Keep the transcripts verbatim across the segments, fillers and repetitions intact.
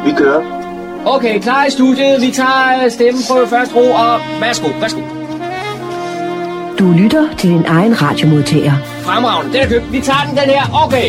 Vi kører. Okay, klar i studiet. Vi tager stemmeprøve først, ro, og værsgo, værsgo. Du lytter til din egen radiomodtager. Fremragende, den er købt. Vi tager den, den her. Okay.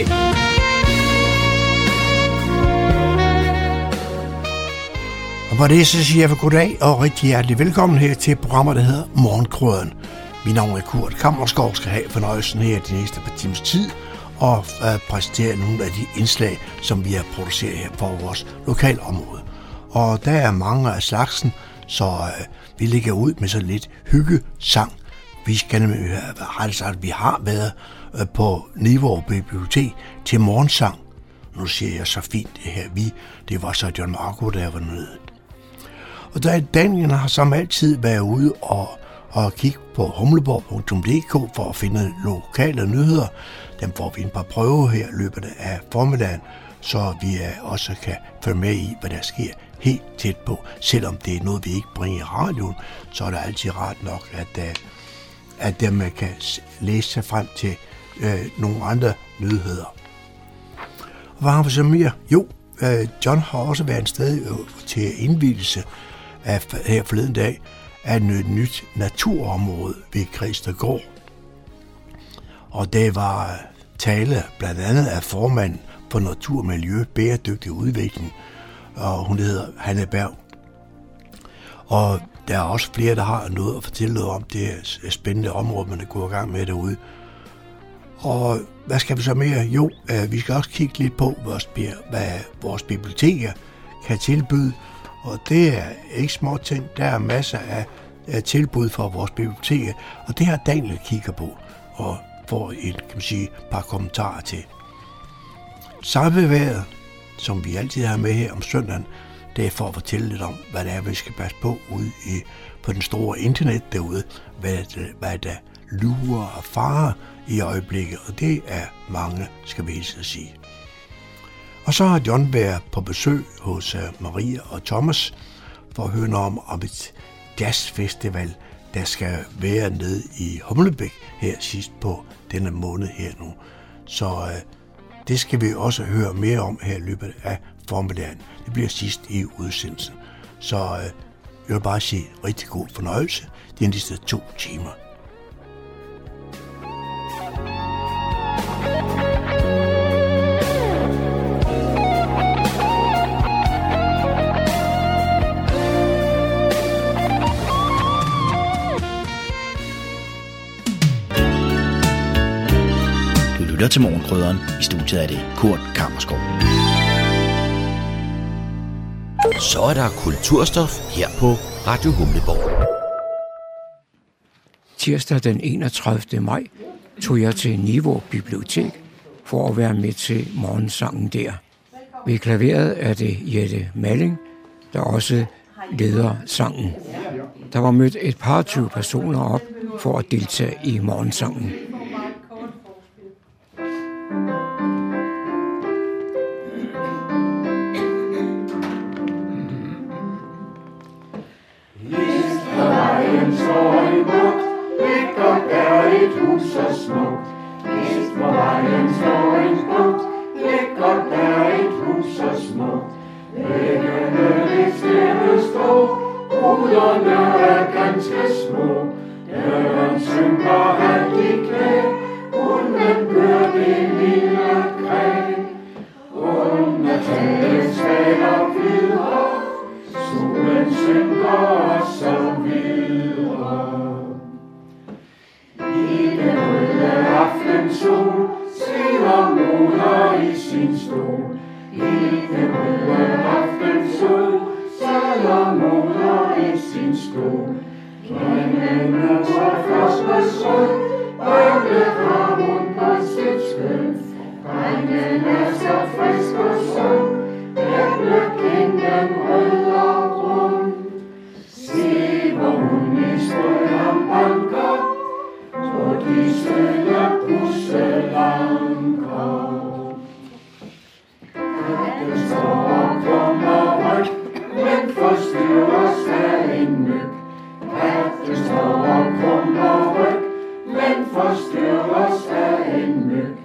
Og på det så siger jeg for goddag og rigtig hjertelig velkommen her til programmet, der hedder Morgenkrøden. Mit navn er Kurt Kammersgaard, skal have fornøjelsen her de næste par timers tid og uh, præsentere nogle af de indslag, som vi har produceret her på vores lokalområde. Og der er mange af slagsen, så uh, vi ligger ud med så lidt hyggesang. Vi skal nemlig have sagt, at vi har været uh, på Nivå Bibliotek til morgensang. Nu siger jeg så fint det her vi. Det var så John Marco, der var nede. Og der Daniel har som altid været ude og, og kigge på humleborg punktum d k for at finde lokale nyheder. Dem får vi en par prøver her i løbet af formiddagen, så vi også kan følge med i, hvad der sker helt tæt på. Selvom det er noget, vi ikke bringer i radioen, så er det altid rart nok, at, at man kan læse sig frem til øh, nogle andre nyheder. Og hvad har vi så mere? Jo, øh, John har også været en sted til indvielse af, her forleden dag af et nyt naturområde ved Christegård. Og det var tale blandt andet af formanden for Natur, Miljø, Bæredygtig Udvikling, og hun hedder Hanne Berg. Og der er også flere, der har noget at fortælle om det spændende område, man er gået i gang med derude. Og hvad skal vi så mere? Jo, øh, vi skal også kigge lidt på, hvad vores biblioteker kan tilbyde. Og det er ikke små ting. Der er masser af, af tilbud for vores biblioteker. Og det har Daniel kigger på og får et kan man sige, par kommentarer til. Sambeværet, som vi altid har med her om søndagen, det er for at fortælle lidt om, hvad det er, vi skal passe på ude i, på den store internet derude. Hvad, hvad der lurer og farer i øjeblikket, og det er mange, skal vi hilse at sige. Og så har John været på besøg hos Maria og Thomas for at høre om, om et jazzfestival, der skal være nede i Humlebæk her sidst på denne måned her nu. Så øh, det skal vi også høre mere om her i løbet af formiddagen. Det bliver sidst i udsendelsen. Så øh, jeg vil bare sige rigtig god fornøjelse de næste to timer. Lytter til Morgenkrydderen. I studiet er det Kurt Kammersgaard. Så er der kulturstof her på Radio Humleborg. Tirsdag den enogtredivte maj tog jeg til Nivå Bibliotek for at være med til morgensangen der. Ved klaveret er det Jette Malling, der også leder sangen. Der var mødt et par tyve personer op for at deltage i morgensangen. Forstyrres af en myg.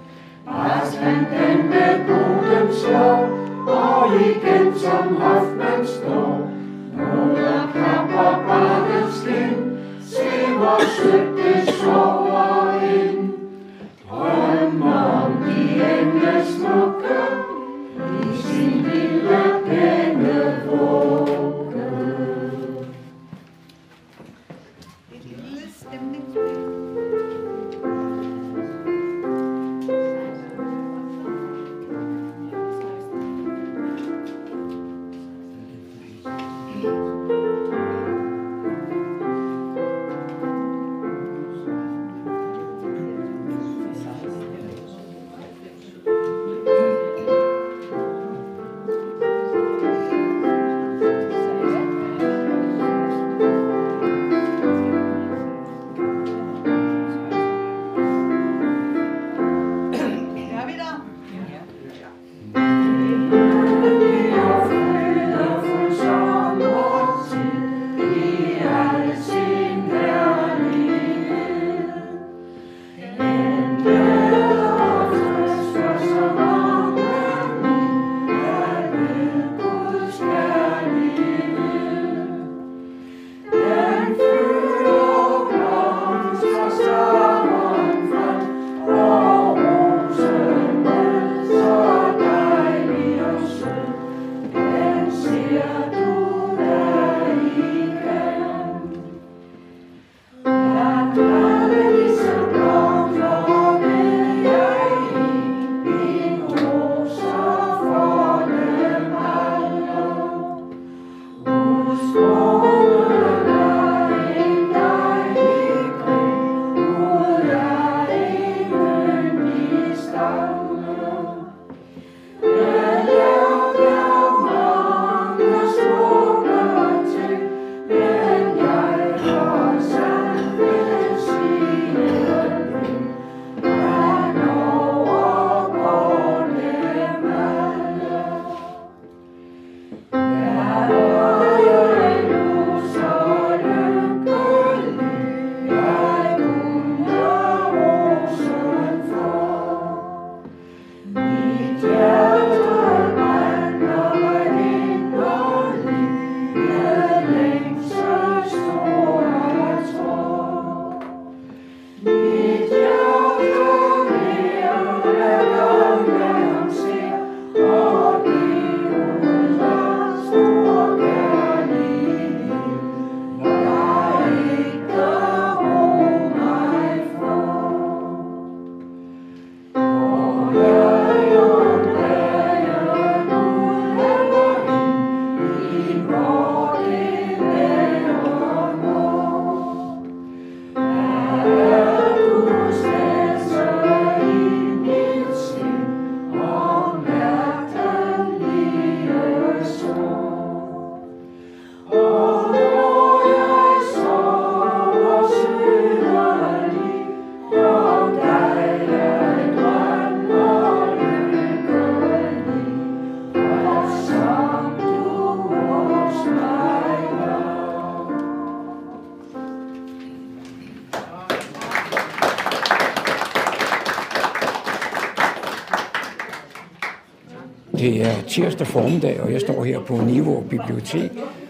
Det er tirsdag formiddag, og jeg står her på Nivå Bibliotek,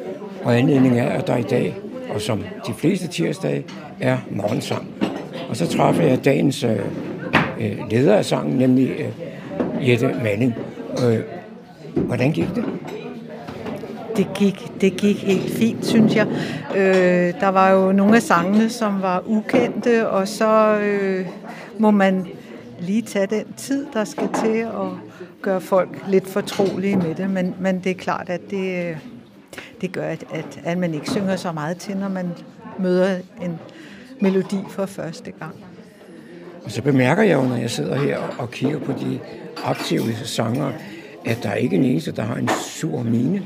og anledningen er, at der i dag, og som de fleste tirsdage, er morgensang. Og så træffer jeg dagens øh, leder af sangen, nemlig øh, Jette Malling. Øh, hvordan gik det? Det gik, det gik helt fint, synes jeg. Øh, der var jo nogle af sangene, som var ukendte, og så øh, må man lige tage den tid, der skal til at gøre folk lidt fortrolige med det. Men, men det er klart, at det, det gør, at, at, at man ikke synger så meget til, når man møder en melodi for første gang. Og så bemærker jeg jo, når jeg sidder her og kigger på de aktive sanger, at der ikke er en eneste, der har en sur mine.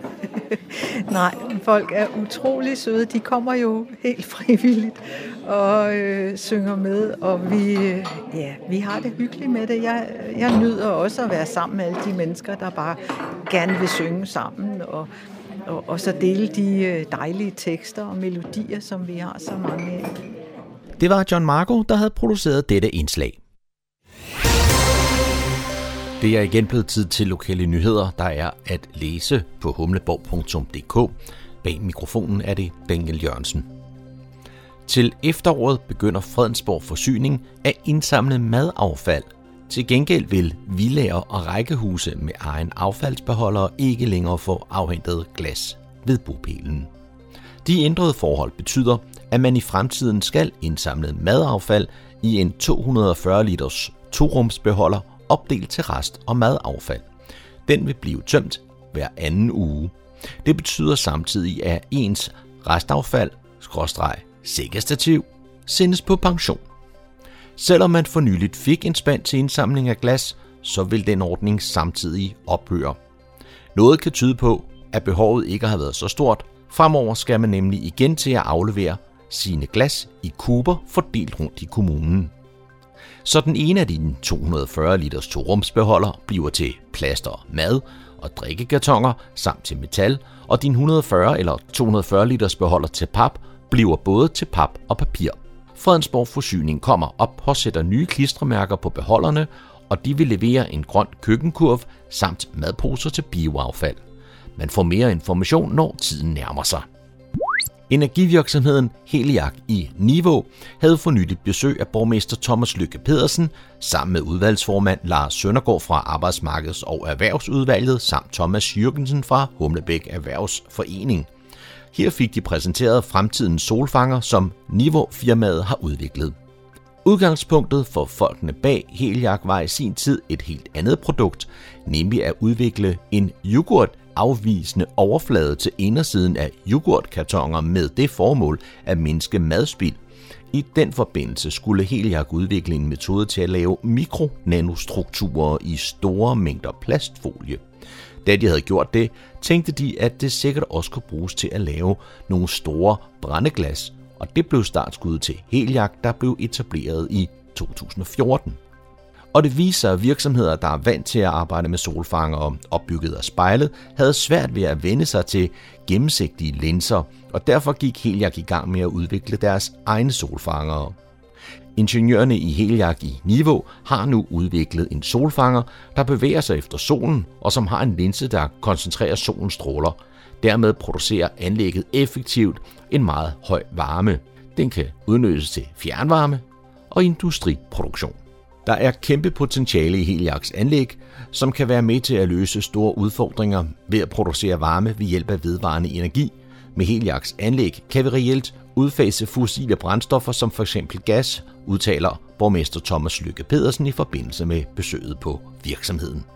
Nej, folk er utrolig søde. De kommer jo helt frivilligt og øh, synger med, og vi, øh, ja, vi har det hyggeligt med det. Jeg, jeg nyder også at være sammen med alle de mennesker, der bare gerne vil synge sammen, og, og, og så dele de dejlige tekster og melodier, som vi har så mange af. Det var John Marco, der havde produceret dette indslag. Det er igen blevet tid til lokale nyheder, der er at læse på humleborg punktum d k. Bag mikrofonen er det Daniel Jørgensen. Til efteråret begynder Fredensborg Forsyning at indsamle madaffald Til gengæld vil villaer og rækkehuse med egen affaldsbeholdere ikke længere få afhentet glas ved bopælen. De ændrede forhold betyder, at man i fremtiden skal indsamle madaffald i en to hundrede og fyrre liters torumsbeholder opdelt til rest- og madaffald. Den vil blive tømt hver anden uge. Det betyder samtidig, at ens restaffald, skråstreg, sækkestativ, sendes på pension. Selvom man for nyligt fik en spand til indsamling af glas, så vil den ordning samtidig ophøre. Noget kan tyde på, at behovet ikke har været så stort. Fremover skal man nemlig igen til at aflevere sine glas i kuber fordelt rundt i kommunen. Så den ene af de to hundrede og fyrre liters torumsbeholder bliver til plaster, mad og drikkekartoner samt til metal, og din et hundrede og fyrre eller to hundrede og fyrre liters beholder til pap bliver både til pap og papir. Fredensborg Forsyning kommer op og sætter nye klistremærker på beholderne, og de vil levere en grøn køkkenkurv samt madposer til bioaffald. Man får mere information, når tiden nærmer sig. Energivirksomheden Heliac i Nivå havde for nyligt besøg af borgmester Thomas Lykke Pedersen sammen med udvalgsformand Lars Søndergaard fra Arbejdsmarkeds- og Erhvervsudvalget samt Thomas Jürgensen fra Humlebæk Erhvervsforening. Her fik de præsenteret fremtidens solfanger, som Nivå-firmaet har udviklet. Udgangspunktet for folkene bag Heliac var i sin tid et helt andet produkt, nemlig at udvikle en yoghurt afvisende overflade til indersiden af yoghurtkartoner med det formål at mindske madspild. I den forbindelse skulle Heliac udvikle en metode til at lave mikronanostrukturer i store mængder plastfolie. Da de havde gjort det, tænkte de, at det sikkert også kunne bruges til at lave nogle store brændeglas, og det blev startskuddet til Heliac, der blev etableret i to tusind og fjorten. Og det viser, at virksomheder, der er vant til at arbejde med solfangere opbygget af spejlet, havde svært ved at vende sig til gennemsigtige linser, og derfor gik Heliac i gang med at udvikle deres egne solfangere. Ingeniørerne i Heliac i Nivå har nu udviklet en solfanger, der bevæger sig efter solen, og som har en linse, der koncentrerer solens stråler. Dermed producerer anlægget effektivt en meget høj varme. Den kan udnyttes til fjernvarme og industriproduktion. Der er kæmpe potentiale i Heliacs anlæg, som kan være med til at løse store udfordringer ved at producere varme ved hjælp af vedvarende energi. Med Heliacs anlæg kan vi reelt udfase fossile brændstoffer som f.eks. gas, udtaler borgmester Thomas Lykke Pedersen i forbindelse med besøget på virksomheden.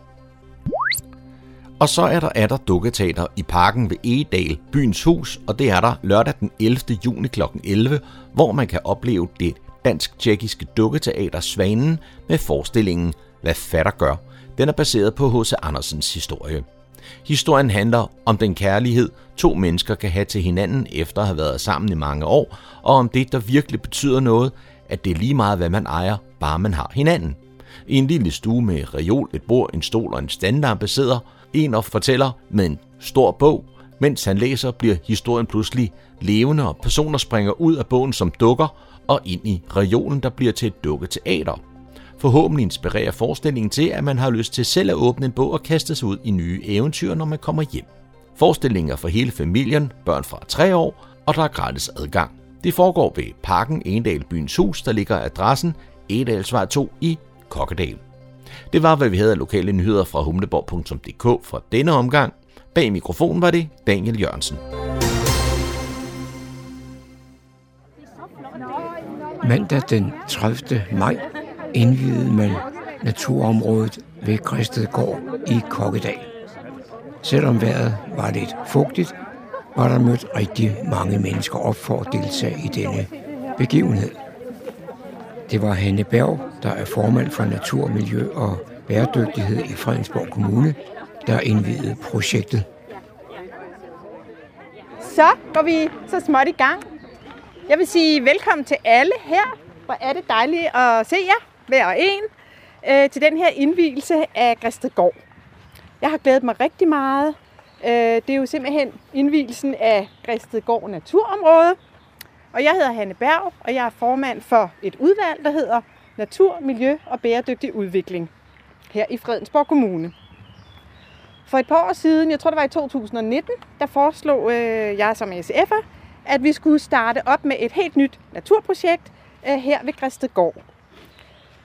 Og så er der atter dukketeater i parken ved Egedal, Byens Hus, og det er der lørdag den ellevte juni klokken elleve, hvor man kan opleve det dansk-tjekkiske dukketeater Svanen med forestillingen Hvad fatter gør. Den er baseret på H C Andersens historie. Historien handler om den kærlighed, to mennesker kan have til hinanden efter at have været sammen i mange år, og om det, der virkelig betyder noget, at det er lige meget, hvad man ejer, bare man har hinanden. I en lille stue med reol, et bord, en stol og en standlampe sidder en og fortæller med en stor bog. Mens han læser, bliver historien pludselig levende, og personer springer ud af bogen som dukker og ind i reolen, der bliver til et dukketeater. Forhåbentlig inspirerer forestillingen til, at man har lyst til selv at åbne en bog og kaste sig ud i nye eventyr, når man kommer hjem. Forestillingen er for hele familien, børn fra tre år, og der er gratis adgang. Det foregår ved Parken Egedal Byens Hus, der ligger adressen Egedalsvej to i Kokkedal. Det var, hvad vi havde af lokale nyheder fra humleborg punktum d k fra denne omgang. Bag mikrofonen var det Daniel Jørgensen. Mandag den tredivte maj indviede man naturområdet ved Græstedgård i Kokkedal. Selvom vejret var lidt fugtigt, var der mødt rigtig mange mennesker op for at deltage i denne begivenhed. Det var Hanne Berg, der er formand for Natur, Miljø og Bæredygtighed i Fredensborg Kommune, der indviede projektet. Så går vi så småt i gang. Jeg vil sige velkommen til alle her. Hvor er det dejligt at se jer, hver og en, øh, til den her indvielse af Græstedgård. Jeg har glædet mig rigtig meget. Øh, det er jo simpelthen indvielsen af Græstedgård Naturområde. Og jeg hedder Hanne Berg, og jeg er formand for et udvalg, der hedder Natur, Miljø og Bæredygtig Udvikling her i Fredensborg Kommune. For et par år siden, jeg tror det var i to tusind og nitten, der foreslog øh, jeg som S F'er, at vi skulle starte op med et helt nyt naturprojekt øh, her ved Græstedgård.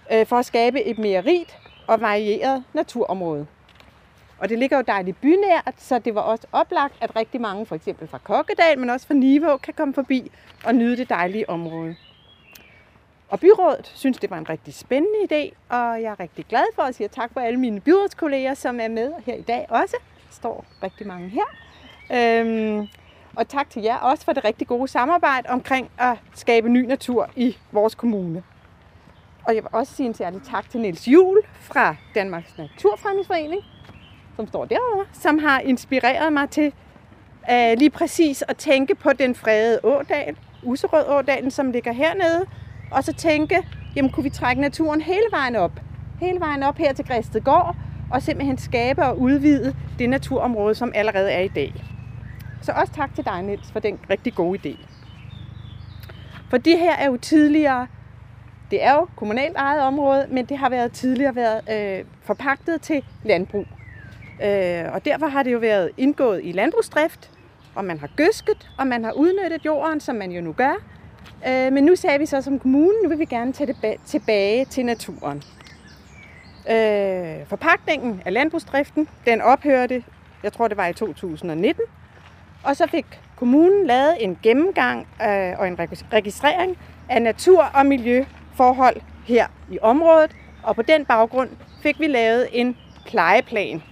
øh, for at skabe et mere rigt og varieret naturområde. Og det ligger jo dejligt bynært, så det var også oplagt, at rigtig mange, for eksempel fra Kokkedal, men også fra Nivå, kan komme forbi og nyde det dejlige område. Og byrådet synes, det var en rigtig spændende idé, og jeg er rigtig glad for at sige tak for alle mine byrådskolleger, som er med her i dag også. Der står rigtig mange her. Øhm, og tak til jer også for det rigtig gode samarbejde omkring at skabe ny natur i vores kommune. Og jeg vil også sige en særlig tak til Niels Juhl fra Danmarks Naturfredningsforening, som står derovre, som har inspireret mig til uh, lige præcis at tænke på den fredede ådal, Userød Ådalen, som ligger hernede, og så tænke, jamen kunne vi trække naturen hele vejen op, hele vejen op her til Græstedgård, og simpelthen skabe og udvide det naturområde, som allerede er i dag. Så også tak til dig, Niels, for den rigtig gode idé. For det her er jo tidligere, det er jo kommunalt eget område, men det har været tidligere været øh, forpagtet til landbrug. Øh, og derfor har det jo været indgået i landbrugsdrift, og man har gødsket, og man har udnyttet jorden, som man jo nu gør. Øh, men nu sagde vi så som kommune, nu vil vi gerne tage det tilbage til naturen. Øh, forpagtningen af landbrugsdriften, den ophørte, jeg tror det var i to tusind nitten, og så fik kommunen lavet en gennemgang øh, og en registrering af natur- og miljøforhold her i området, og på den baggrund fik vi lavet en plejeplan.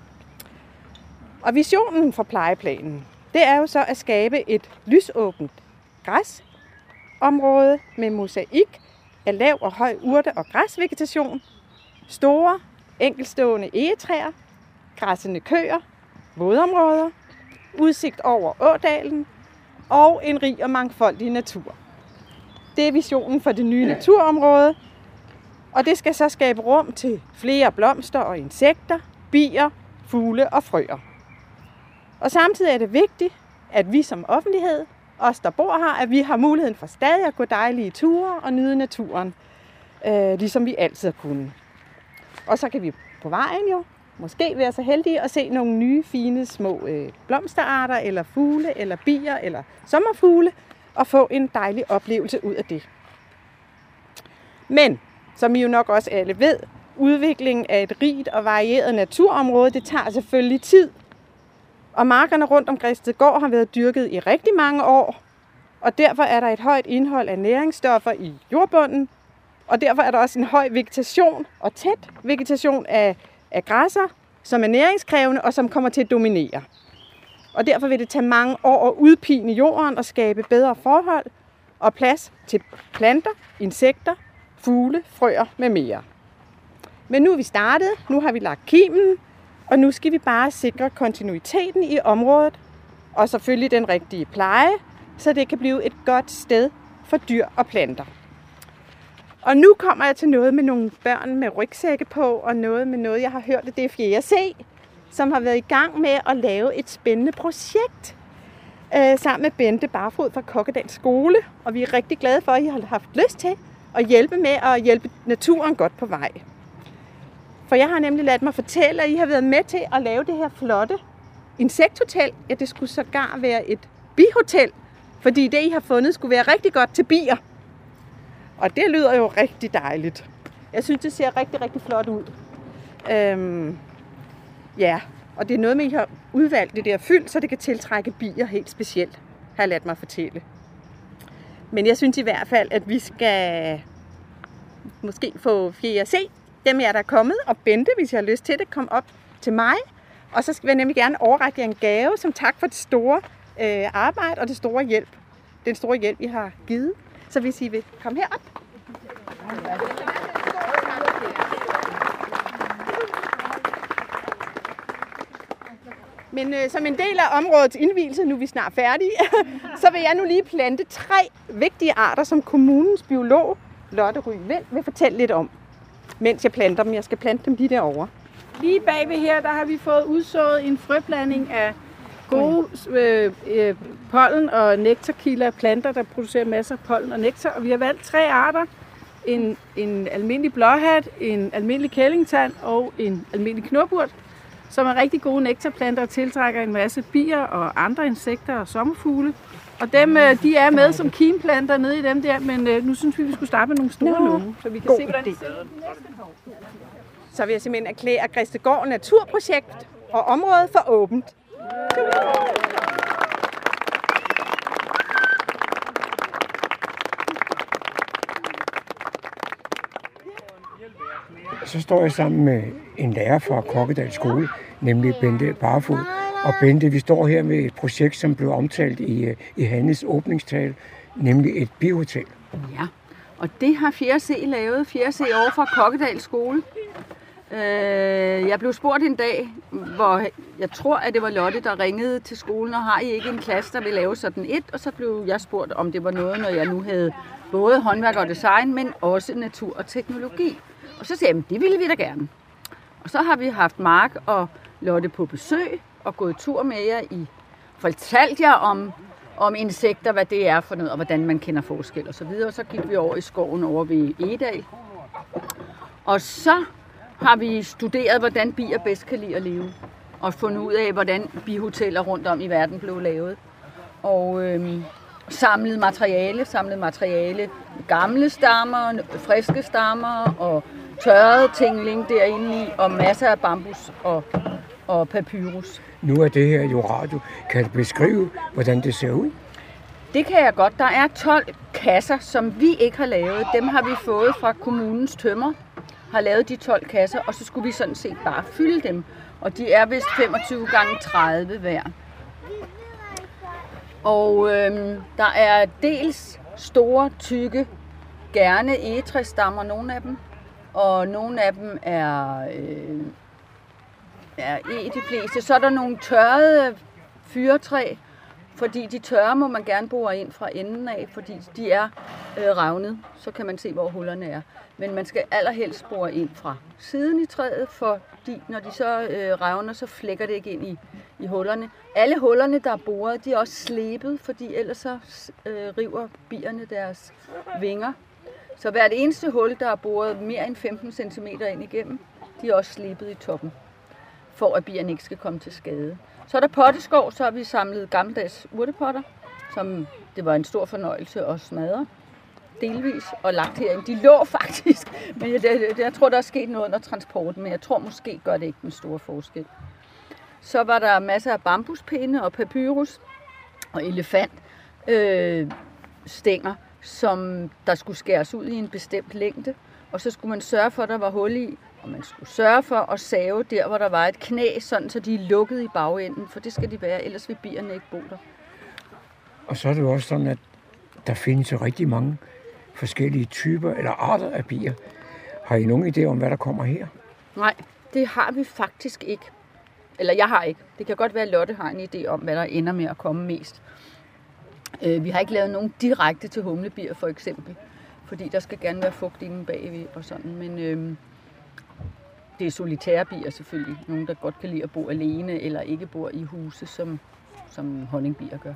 Og visionen for plejeplanen, det er jo så at skabe et lysåbent græsområde med mosaik af lav og høj urte- og græsvegetation, store, enkeltstående egetræer, græssende køer, vådområder, udsigt over ådalen og en rig og mangfoldig natur. Det er visionen for det nye naturområde, og det skal så skabe rum til flere blomster og insekter, bier, fugle og frøer. Og samtidig er det vigtigt, at vi som offentlighed, os der bor her, at vi har muligheden for stadig at gå dejlige ture og nyde naturen, øh, ligesom vi altid har kunnet. Og så kan vi på vejen jo måske være så heldige at se nogle nye, fine, små øh, blomsterarter, eller fugle, eller bier, eller sommerfugle, og få en dejlig oplevelse ud af det. Men, som I jo nok også alle ved, udviklingen af et rigt og varieret naturområde, det tager selvfølgelig tid. Og markerne rundt om Græstedgård har været dyrket i rigtig mange år, og derfor er der et højt indhold af næringsstoffer i jordbunden, og derfor er der også en høj vegetation og tæt vegetation af, af græsser, som er næringskrævende og som kommer til at dominere. Og derfor vil det tage mange år at udpine jorden og skabe bedre forhold og plads til planter, insekter, fugle, frøer med mere. Men nu er vi startet, nu har vi lagt kimen, og nu skal vi bare sikre kontinuiteten i området, og selvfølgelig den rigtige pleje, så det kan blive et godt sted for dyr og planter. Og nu kommer jeg til noget med nogle børn med rygsække på, og noget med noget, jeg har hørt, det er fjerde C, som har været i gang med at lave et spændende projekt øh, sammen med Bente Barfod fra Kokkedal Skole. Og vi er rigtig glade for, at I har haft lyst til at hjælpe med at hjælpe naturen godt på vej. For jeg har nemlig ladet mig fortælle, at I har været med til at lave det her flotte insekthotel. Ja, det skulle sågar være et bihotel, fordi det, I har fundet, skulle være rigtig godt til bier. Og det lyder jo rigtig dejligt. Jeg synes, det ser rigtig, rigtig flot ud. Øhm, ja, og det er noget med, at I har udvalgt det der fyld, så det kan tiltrække bier helt specielt, har jeg ladet mig fortælle. Men jeg synes i hvert fald, at vi skal måske få fjerde C. Dem jer, der er kommet, og Bente, hvis jeg har lyst til det, kom op til mig. Og så skal jeg nemlig gerne overrække jer en gave, som tak for det store øh, arbejde og det store hjælp. Den store hjælp, I har givet. Så hvis I vil komme herop. Men øh, som en del af områdets indvielse, nu er vi snart færdige, så vil jeg nu lige plante tre vigtige arter, som kommunens biolog, Lotte Ryvind, vil fortælle lidt om, mens jeg planter dem. Jeg skal plante dem lige derovre. Lige bagved her, der har vi fået udsået en frøblanding af gode øh, øh, pollen- og nektarkilder af planter, der producerer masser af pollen og nektar. Og vi har valgt tre arter. En, en almindelig blåhat, en almindelig kællingtand og en almindelig knurpurt. som er rigtig gode nektarplanter og tiltrækker en masse bier og andre insekter og sommerfugle. Og dem, de er med som kimplanter nede i dem der, men nu synes vi, vi skulle starte med nogle store nogle, så vi kan God se, hvordan det ser ud. Så vil jeg simpelthen erklære Græstegård Naturprojekt og området for åbent. Så står jeg sammen med en lærer fra Kokkedal Skole, nemlig Bente Barfod. Og Bente, vi står her med et projekt, som blev omtalt i, i Hannes åbningstale, nemlig et biohotel. Ja, og det har fjerde C lavet. fjerde C over fra Kokkedal Skole. Jeg blev spurgt en dag, hvor jeg tror, at det var Lotte, der ringede til skolen, og har I ikke en klasse, der vil lave sådan et? Og så blev jeg spurgt, om det var noget, når jeg nu havde både håndværk og design, men også natur og teknologi. Og så sagde jeg, det ville vi da gerne. Og så har vi haft Mark og Lotte på besøg og gået tur med jer i, fortalt jer om, om insekter, hvad det er for noget, og hvordan man kender forskel og så videre. Og så gik vi over i skoven over ved Egedal. Og så har vi studeret, hvordan bier bedst kan lide at leve. Og fundet ud af, hvordan bihoteller rundt om i verden blev lavet. Og øhm, samlet materiale, samlet materiale, gamle stammer, friske stammer og tørret tingling derinde i, og masser af bambus og, og papyrus. Nu er det her jo radio. Kan du beskrive, hvordan det ser ud? Det kan jeg godt. Der er tolv kasser, som vi ikke har lavet. Dem har vi fået fra kommunens tømmer, har lavet de tolv kasser, og så skulle vi sådan set bare fylde dem. Og de er vist femogtyve gange tredive hver. Og øhm, der er dels store, tykke, gerne egetræsstammer, nogle af dem. Og nogle af dem er, øh, er e, de fleste. Så er der nogle tørrede fyrretræ, fordi de tørre må man gerne bore ind fra enden af, fordi de er øh, revnet. Så kan man se, hvor hullerne er. Men man skal allerhelst bore ind fra siden i træet, fordi når de så øh, revner, så flækker det ikke ind i, i hullerne. Alle hullerne, der er boret, de er også slebet, fordi ellers så øh, river bierne deres vinger. Så hvert eneste hul, der er boret mere end femten centimeter ind igennem, de er også slebet i toppen, for at bierne ikke skal komme til skade. Så er der potteskov, så har vi samlet gammeldags urtepotter, som det var en stor fornøjelse at smadre delvis og lagt herinde. De lå faktisk, men jeg, jeg, jeg tror, der er sket noget under transporten, men jeg tror måske gør det ikke den store forskel. Så var der masser af bambuspinde og papyrus og elefant øh, stænger, som der skulle skæres ud i en bestemt længde, og så skulle man sørge for, at der var hul i, og man skulle sørge for at save der, hvor der var et knæ, sådan så de er lukket i bagenden, for det skal de være, ellers vil bierne ikke bo der. Og så er det jo også sådan, at der findes jo rigtig mange forskellige typer eller arter af bier. Har I nogen idé om, hvad der kommer her? Nej, det har vi faktisk ikke. Eller jeg har ikke. Det kan godt være, at Lotte har en idé om, hvad der ender med at komme mest. Vi har ikke lavet nogen direkte til humlebier, for eksempel. Fordi der skal gerne være fugt inde bagved og sådan. Men øhm, det er solitære bier selvfølgelig. Nogen, der godt kan lide at bo alene eller ikke bor i huse, som, som honningbier gør.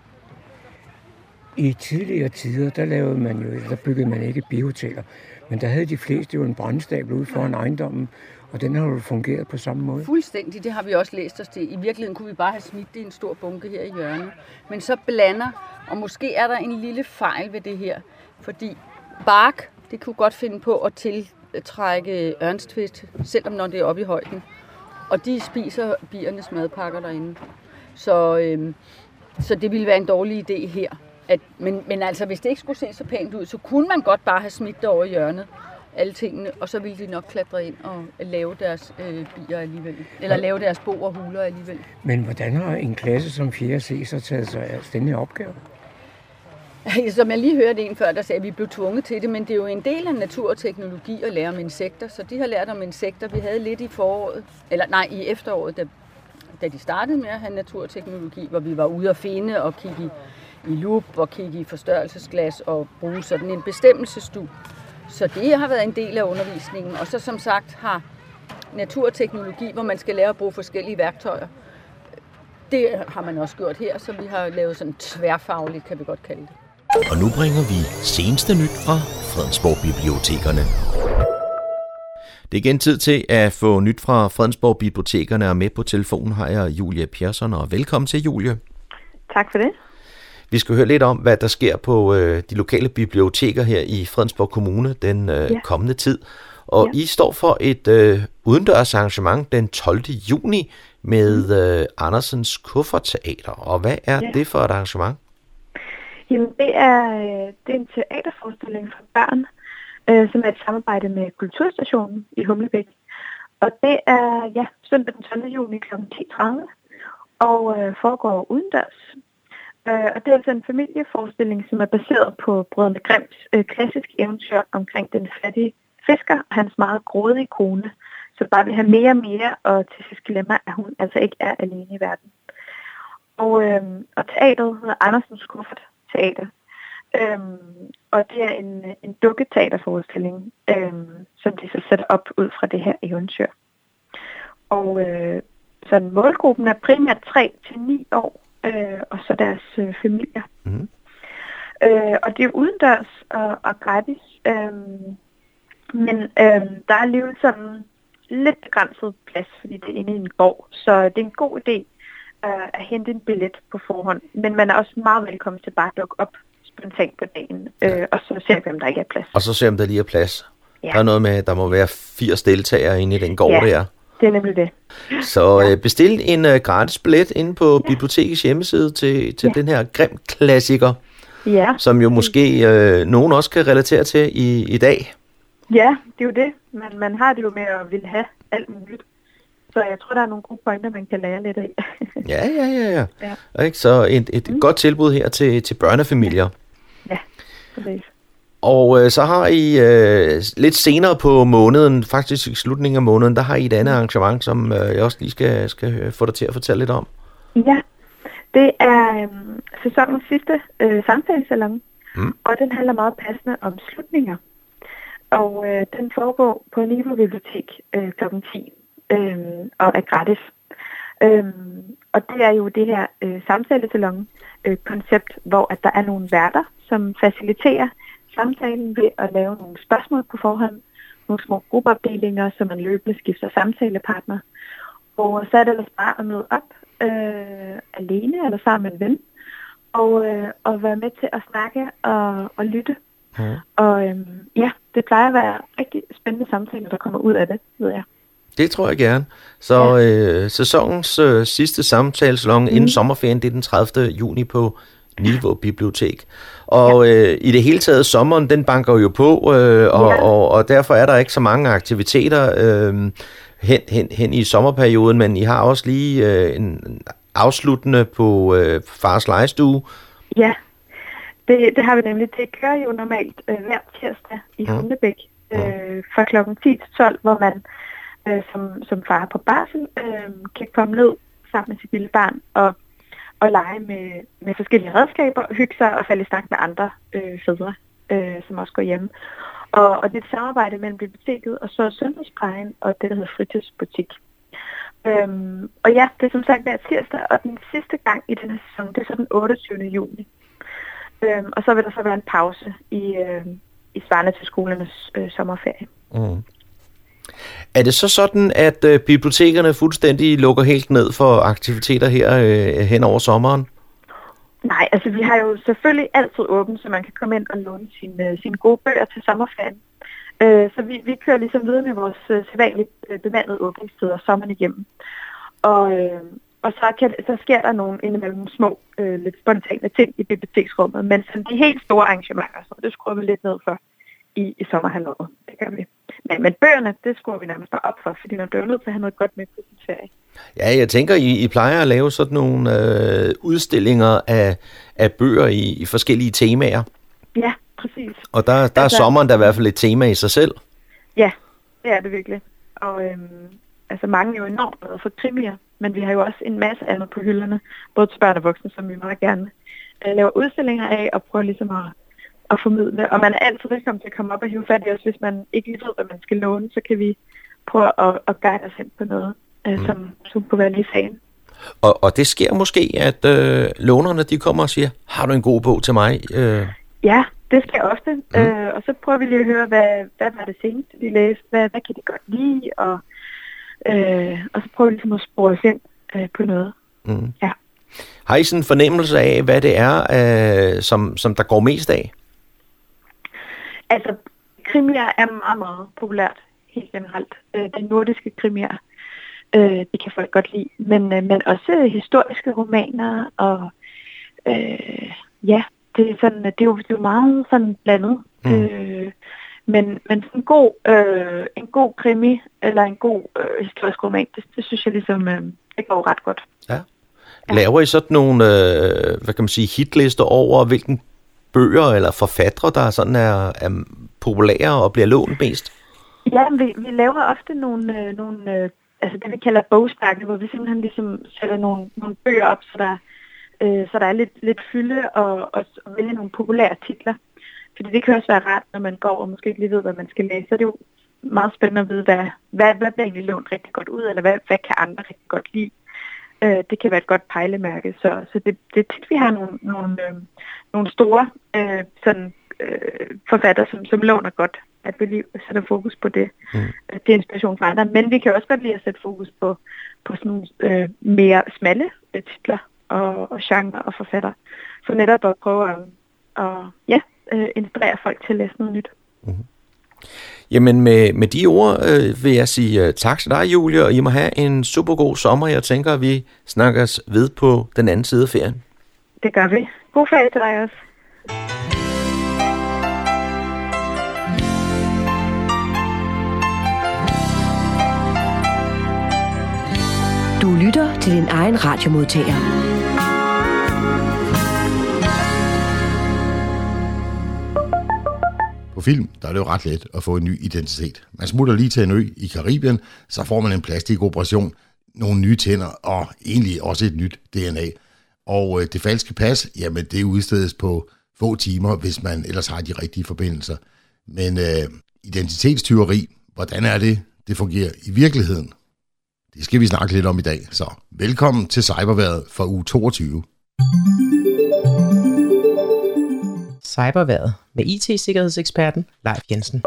I tidligere tider, der lavede man jo, der byggede man ikke biohoteller. Men der havde de fleste jo en brandstabel ude foran ejendommen, og den har jo fungeret på samme måde. Fuldstændig, det har vi også læst os til. I virkeligheden kunne vi bare have smidt det i en stor bunke her i hjørnet. Men så blander, og måske er der en lille fejl ved det her, fordi bark, det kunne godt finde på at tiltrække ørnstvist, selvom når det er oppe i højden. Og de spiser biernes madpakker derinde. Så, øhm, så det ville være en dårlig idé her. At, men, men altså, hvis det ikke skulle se så pænt ud, så kunne man godt bare have smidt det over i hjørnet, alle tingene, og så ville de nok klatre ind og lave deres øh, bier alligevel. Eller lave deres bo og huler alligevel. Men hvordan har en klasse som fjerde C så taget sig af denne opgave? Som jeg lige hørte en før, der sagde, at vi blev tvunget til det, men det er jo en del af natur og teknologi at lære om insekter, så de har lært om insekter. Vi havde lidt i foråret, eller nej, i efteråret, da, da de startede med at have natur og teknologi, hvor vi var ude at finde og kigge i, i lup og kigge i forstørrelsesglas og bruge sådan en bestemmelsesstue. Så det har været en del af undervisningen. Og så som sagt har natur og teknologi, hvor man skal lære at bruge forskellige værktøjer. Det har man også gjort her, så vi har lavet sådan tværfagligt, kan vi godt kalde det. Og nu bringer vi seneste nyt fra Fredensborg Bibliotekerne. Det er igen tid til at få nyt fra Fredensborg Bibliotekerne, og med på telefonen har jeg Julie Persson, og velkommen til, Julie. Tak for det. Vi skal høre lidt om, hvad der sker på øh, de lokale biblioteker her i Fredensborg Kommune den øh, ja. kommende tid. Og ja. I står for et øh, udendørs arrangement den tolvte juni med øh, Andersens Kufferteater. Og hvad er ja. det for et arrangement? Jamen, det er, det er en teaterforestilling for børn, øh, som er et samarbejde med Kulturstationen i Humlebæk. Og det er ja, søndag den tolvte juni kl. ti tredive og øh, foregår udendørs. Øh, og det er altså en familieforestilling, som er baseret på Brødrene Grimms øh, klassiske eventyr omkring den fattige fisker og hans meget grådige kone, så bare vil have mere og mere, og til sidst glemmer, at hun altså ikke er alene i verden. Og, øh, og teateret hedder Andersens Kuffert Teater. Øhm, og det er en, en dukketeaterforestilling, øhm, som de så sætter op ud fra det her eventyr. Og øh, så målgruppen er primært tre til ni år, øh, og så deres øh, familier. Mm. Øh, og det er udendørs og, og gratis, øh, men øh, der er alligevel sådan lidt begrænset plads, fordi det er inde i en gård, så det er en god idé øh, at hente en billet på forhånd, men man er også meget velkommen til bare at dukke op spontant på dagen, øh, og så ser vi, om der ikke er plads. Og så ser vi, om der lige er plads. Ja. Der er noget med, at der må være firs deltagere inde i den gård ja, der. det er nemlig det. Så øh, bestil en øh, gratis billet inde på ja. bibliotekets hjemmeside til, til ja. den her Grimm-klassiker, ja. som jo måske øh, nogen også kan relatere til i, i dag. Ja, det er jo det. Man, man har det jo med at ville have alt muligt. Så jeg tror, der er nogle gode pointer, man kan lære lidt af. ja, ja, ja. ja. ja. Ikke? Så et, et mm. godt tilbud her til, til børnefamilier. Ja, præcis. Og øh, så har I øh, lidt senere på måneden, faktisk i slutningen af måneden, der har I et andet arrangement, som øh, jeg også lige skal, skal få dig til at fortælle lidt om. Ja, det er øh, sæsonens sidste øh, samtalesalon, mm. og den handler meget passende om slutninger. Og øh, den foregår på Niveau Bibliotek øh, klokken ti øh, og er gratis. Øh, og det er jo det her øh, samtalesalon-koncept, øh, hvor at der er nogle værter, som faciliterer samtalen ved at lave nogle spørgsmål på forhånd, nogle små gruppeopdelinger, så man løbende skifter samtalepartner. Og så er det ellers bare at møde op øh, alene eller sammen med en ven, og, øh, og være med til at snakke og, og lytte. Mm. Og øhm, ja, det plejer at være rigtig spændende samtaler, der kommer ud af det, ved jeg. Det tror jeg gerne. Så ja. øh, sæsonens øh, sidste samtalesalon mm. inden sommerferien, det er den tredivte juni på Niveau Bibliotek. Og ja. øh, i det hele taget, sommeren, den banker jo på, øh, og, ja. og, og derfor er der ikke så mange aktiviteter øh, hen, hen, hen i sommerperioden, men I har også lige øh, en afsluttende på øh, Fars Legestue. Ja. Det, det har vi nemlig. Det kører jo normalt øh, hver tirsdag i mm. Humlebæk øh, fra klokken ti til tolv, hvor man øh, som, som far på barsel øh, kan komme ned sammen med sit lille barn og, og lege med, med forskellige redskaber, hygge sig og falde i snak med andre øh, fædre, øh, som også går hjemme. Og, og det er et samarbejde mellem biblioteket og så sundhedsplejen og det, der hedder fritidsbutik. Øhm, og ja, det er som sagt hver tirsdag, og den sidste gang i denne sæson, det er så den otteogtyvende juni. Øhm, og så vil der så være en pause i, øh, i svarende til skolernes øh, sommerferie. Mm. Er det så sådan, at øh, bibliotekerne fuldstændig lukker helt ned for aktiviteter her øh, hen over sommeren? Nej, altså vi har jo selvfølgelig altid åbent, så man kan komme ind og låne sine, sine gode bøger til sommerferien. Øh, så vi, vi kører ligesom videre med vores øh, sædvanligt øh, bemandede åbningstider sommeren igennem. Og... Øh, Og så, kan, så sker der nogle indimellem små, øh, lidt spontane ting i biblioteksrummet. Men sådan de helt store arrangementer, så det skruer vi lidt ned for i, i sommerhalvåret. Det gør vi. Men, men bøgerne, det skruer vi nærmest bare op for, fordi man bliver nødt til at have noget godt med på sin ferie. Ja, jeg tænker, I, I plejer at lave sådan nogle øh, udstillinger af, af bøger i, i forskellige temaer. Ja, præcis. Og der, der altså, er sommeren der i hvert fald et tema i sig selv. Ja, det er det virkelig. Og øhm, altså mange er jo enormt glade for krimier. Men vi har jo også en masse andet på hylderne, både til børn og voksne, som vi meget gerne uh, laver udstillinger af og prøver ligesom at, at formidle. Og man er altid velkommen til at komme op og hive fat i os, hvis man ikke ved, hvad man skal låne, så kan vi prøve at, at guide os hen på noget, uh, mm. som, som kunne være lige sagen. Og, og det sker måske, at øh, lånerne de kommer og siger, har du en god bog til mig? Øh... Ja, det sker ofte, mm. øh, og så prøver vi lige at høre, hvad, hvad var det seneste, de læste, hvad, hvad kan de godt lide, og, øh, og så prøver vi ligesom at spore os ind øh, på noget. Mm. Ja. Har I sådan en fornemmelse af, hvad det er, øh, som, som der går mest af? Altså, krimier er meget, meget populært, helt generelt. Øh, de nordiske krimier, øh, det kan folk godt lide, men, øh, men også historiske romaner, og øh, ja, det er, sådan, det, er jo, det er jo meget sådan blandet. Mm. Øh, men men sådan en god, øh, en god krimi, eller en god øh, historisk roman, det, det synes jeg ligesom, øh, det går ret godt. Ja. Laver I sådan nogle, øh, hvad kan man sige, hitlister over, hvilken bøger eller forfattere, der sådan er, er populære og bliver lånt mest? Ja, vi, vi laver ofte nogle, øh, nogle øh, altså det vi kalder bogspakke, hvor vi simpelthen ligesom sætter nogle, nogle bøger op, så der, øh, så der er lidt, lidt fylde og, og, og vælge nogle populære titler. Fordi det kan også være rart, når man går og måske ikke lige ved, hvad man skal læse. Så det er jo meget spændende at vide, hvad, hvad, hvad bliver egentlig lånt rigtig godt ud, eller hvad, hvad kan andre rigtig godt lide. Øh, det kan være et godt pejlemærke. Så, så det, det er tit, vi har nogle, nogle, øh, nogle store øh, sådan, øh, forfattere, som, som låner godt, at vi lige sætter fokus på det. Mm. Det er inspiration for andre. Men vi kan også godt lide at sætte fokus på, på sådan nogle øh, mere smalle øh, titler og, og genre og forfattere. For netop at prøve at og, ja, øh, inspirere folk til at læse noget nyt. Mm-hmm. Jamen med, med de ord øh, vil jeg sige uh, tak til dig, Julie, og I må have en super god sommer. Jeg tænker, at vi snakkes ved på den anden side af ferien. Det gør vi. God ferie til dig også. Du lytter til din egen radiomodtager. På film, der er det jo ret let at få en ny identitet. Man smutter lige til en ø i Karibien, så får man en plastikoperation, nogle nye tænder og egentlig også et nyt D N A. Og øh, det falske pas, jamen det udstedes på få timer, hvis man ellers har de rigtige forbindelser. Men øh, identitetstyveri, hvordan er det, det fungerer i virkeligheden? Det skal vi snakke lidt om i dag. Så velkommen til Cyberværet for uge toogtyve. Cyberværet med I T-sikkerhedseksperten Leif Jensen.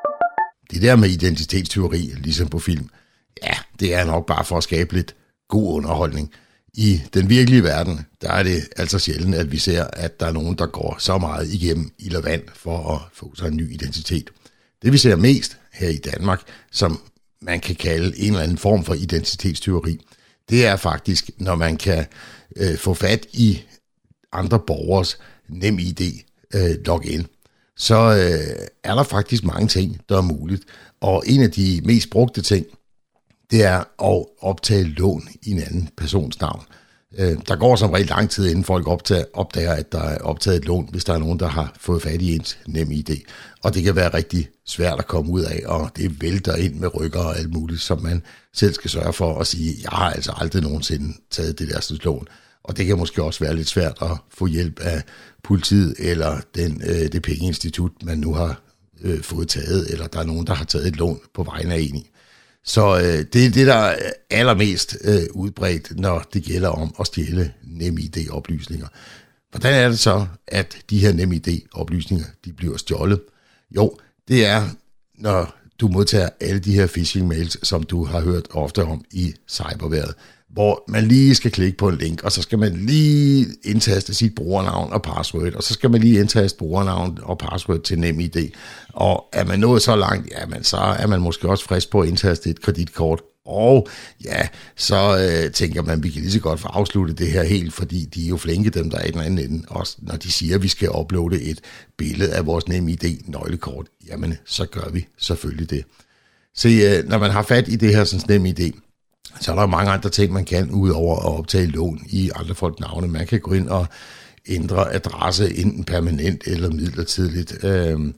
Det der med identitetstyveri, ligesom på film, ja, det er nok bare for at skabe lidt god underholdning. I den virkelige verden, der er det altså sjældent, at vi ser, at der er nogen, der går så meget igennem ild og vand for at få sig en ny identitet. Det vi ser mest her i Danmark, som man kan kalde en eller anden form for identitetstyveri, det er faktisk, når man kan øh, få fat i andre borgers NemID øh, login. Så øh, er der faktisk mange ting, der er muligt. Og en af de mest brugte ting, det er at optage lån i en anden persons navn. Øh, der går som regel lang tid, inden folk optager, opdager, at der er optaget et lån, hvis der er nogen, der har fået fat i ens NemID. Og det kan være rigtig svært at komme ud af, og det vælter ind med rykker og alt muligt, som man selv skal sørge for at sige, jeg har altså aldrig nogensinde taget det der slags lån. Og det kan måske også være lidt svært at få hjælp af politiet eller den, øh, det pengeinstitut, man nu har øh, fået taget, eller der er nogen, der har taget et lån på vegne af en i. Så øh, det er det, der er allermest øh, udbredt, når det gælder om at stjæle NemID-oplysninger. Hvordan er det så, at de her NemID-oplysninger, de bliver stjålet? Jo, det er, når du modtager alle de her phishing-mails, som du har hørt ofte om i cyberværet, hvor man lige skal klikke på en link, og så skal man lige indtaste sit brugernavn og password, og så skal man lige indtaste brugernavn og password til NemID. Og er man nået så langt, jamen så er man måske også frisk på at indtaste et kreditkort. Og ja, så øh, tænker man, at vi kan lige så godt få afsluttet det her helt, fordi de er jo flinke, dem der er i den anden ende. Også når de siger, at vi skal uploade et billede af vores NemID-nøglekort, jamen så gør vi selvfølgelig det. Se, øh, når man har fat i det her sådan NemID, så er der mange andre ting, man kan, udover at optage lån i andre folks navne. Man kan gå ind og ændre adresse, enten permanent eller midlertidigt. Øhm,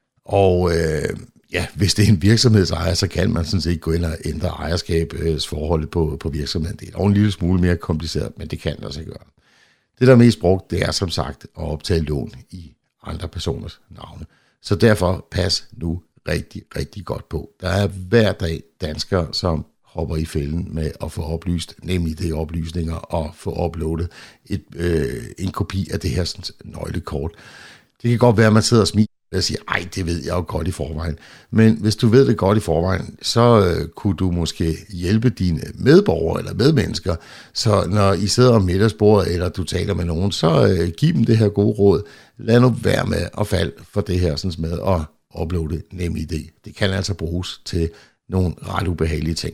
og øh, ja, hvis det er en virksomhedsejer, så kan man sådan set gå ind og ændre ejerskabsforholdet på, på virksomheden. Det er dog en lille smule mere kompliceret, men det kan det også gøre. Det, der er mest brugt, det er som sagt at optage lån i andre personers navne. Så derfor pas nu rigtig, rigtig godt på. Der er hver dag danskere, som hopper i fælden med at få oplyst NemID-oplysninger og få uploadet et, øh, en kopi af det her sådan, nøglekort. Det kan godt være, at man sidder og smiler og siger, ej, det ved jeg jo godt i forvejen. Men hvis du ved det godt i forvejen, så øh, kunne du måske hjælpe dine medborgere eller medmennesker. Så når I sidder om middagsbordet, eller du taler med nogen, så øh, giv dem det her gode råd. Lad nu være med at falde for det her sådan med at uploade NemID. Det kan altså bruges til nogle ret ubehagelige ting.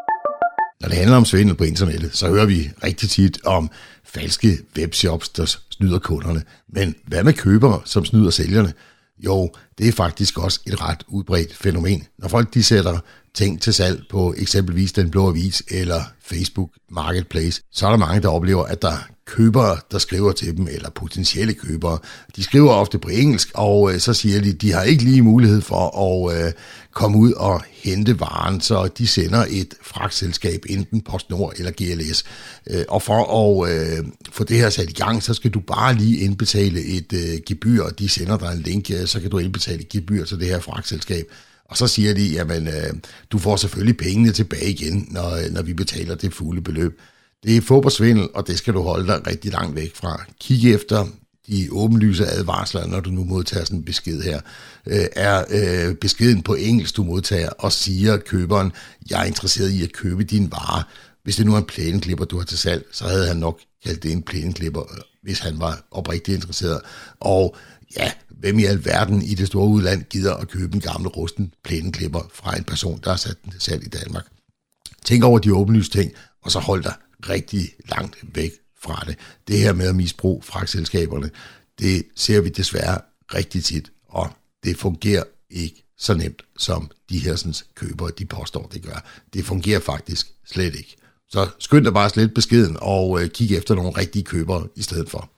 Når det handler om svindel på internettet, så hører vi rigtig tit om falske webshops, der snyder kunderne. Men hvad med købere, som snyder sælgerne? Jo, det er faktisk også et ret udbredt fænomen. Når folk de sætter ting til salg på eksempelvis Den Blå Avis eller Facebook Marketplace, så er der mange, der oplever, at der er købere, der skriver til dem, eller potentielle købere. De skriver ofte på engelsk, og øh, så siger de, at de har ikke lige mulighed for at øh, komme ud og hente varen, så de sender et fragtselskab, enten PostNord eller G L S. Øh, og for at øh, få det her sat i gang, så skal du bare lige indbetale et øh, gebyr, og de sender dig en link, øh, så kan du indbetale et gebyr til det her fragtselskab. Og så siger de, jamen, øh, du får selvfølgelig pengene tilbage igen, når, når vi betaler det fulde beløb. Det er fup og svindel, og det skal du holde dig rigtig langt væk fra. Kig efter de åbenlyse advarsler, når du nu modtager sådan en besked her. Øh, er øh, beskeden på engelsk, du modtager, og siger køberen, jeg er interesseret i at købe din vare. Hvis det nu er en plæneklipper, du har til salg, så havde han nok kaldt det en plæneklipper, hvis han var oprigtigt interesseret. Og ja, hvem i alverden i det store udland gider at købe en gammel rusten plæneklipper fra en person, der har sat den til salg i Danmark? Tænk over de åbenlyse ting, og så hold dig rigtig langt væk fra det. Det her med at misbruge fragtselskaberne, det ser vi desværre rigtig tit, og det fungerer ikke så nemt, som de her sådan, købere, de påstår, det gør. Det fungerer faktisk slet ikke. Så skynd dig bare slet beskeden og øh, kig efter nogle rigtige købere i stedet for.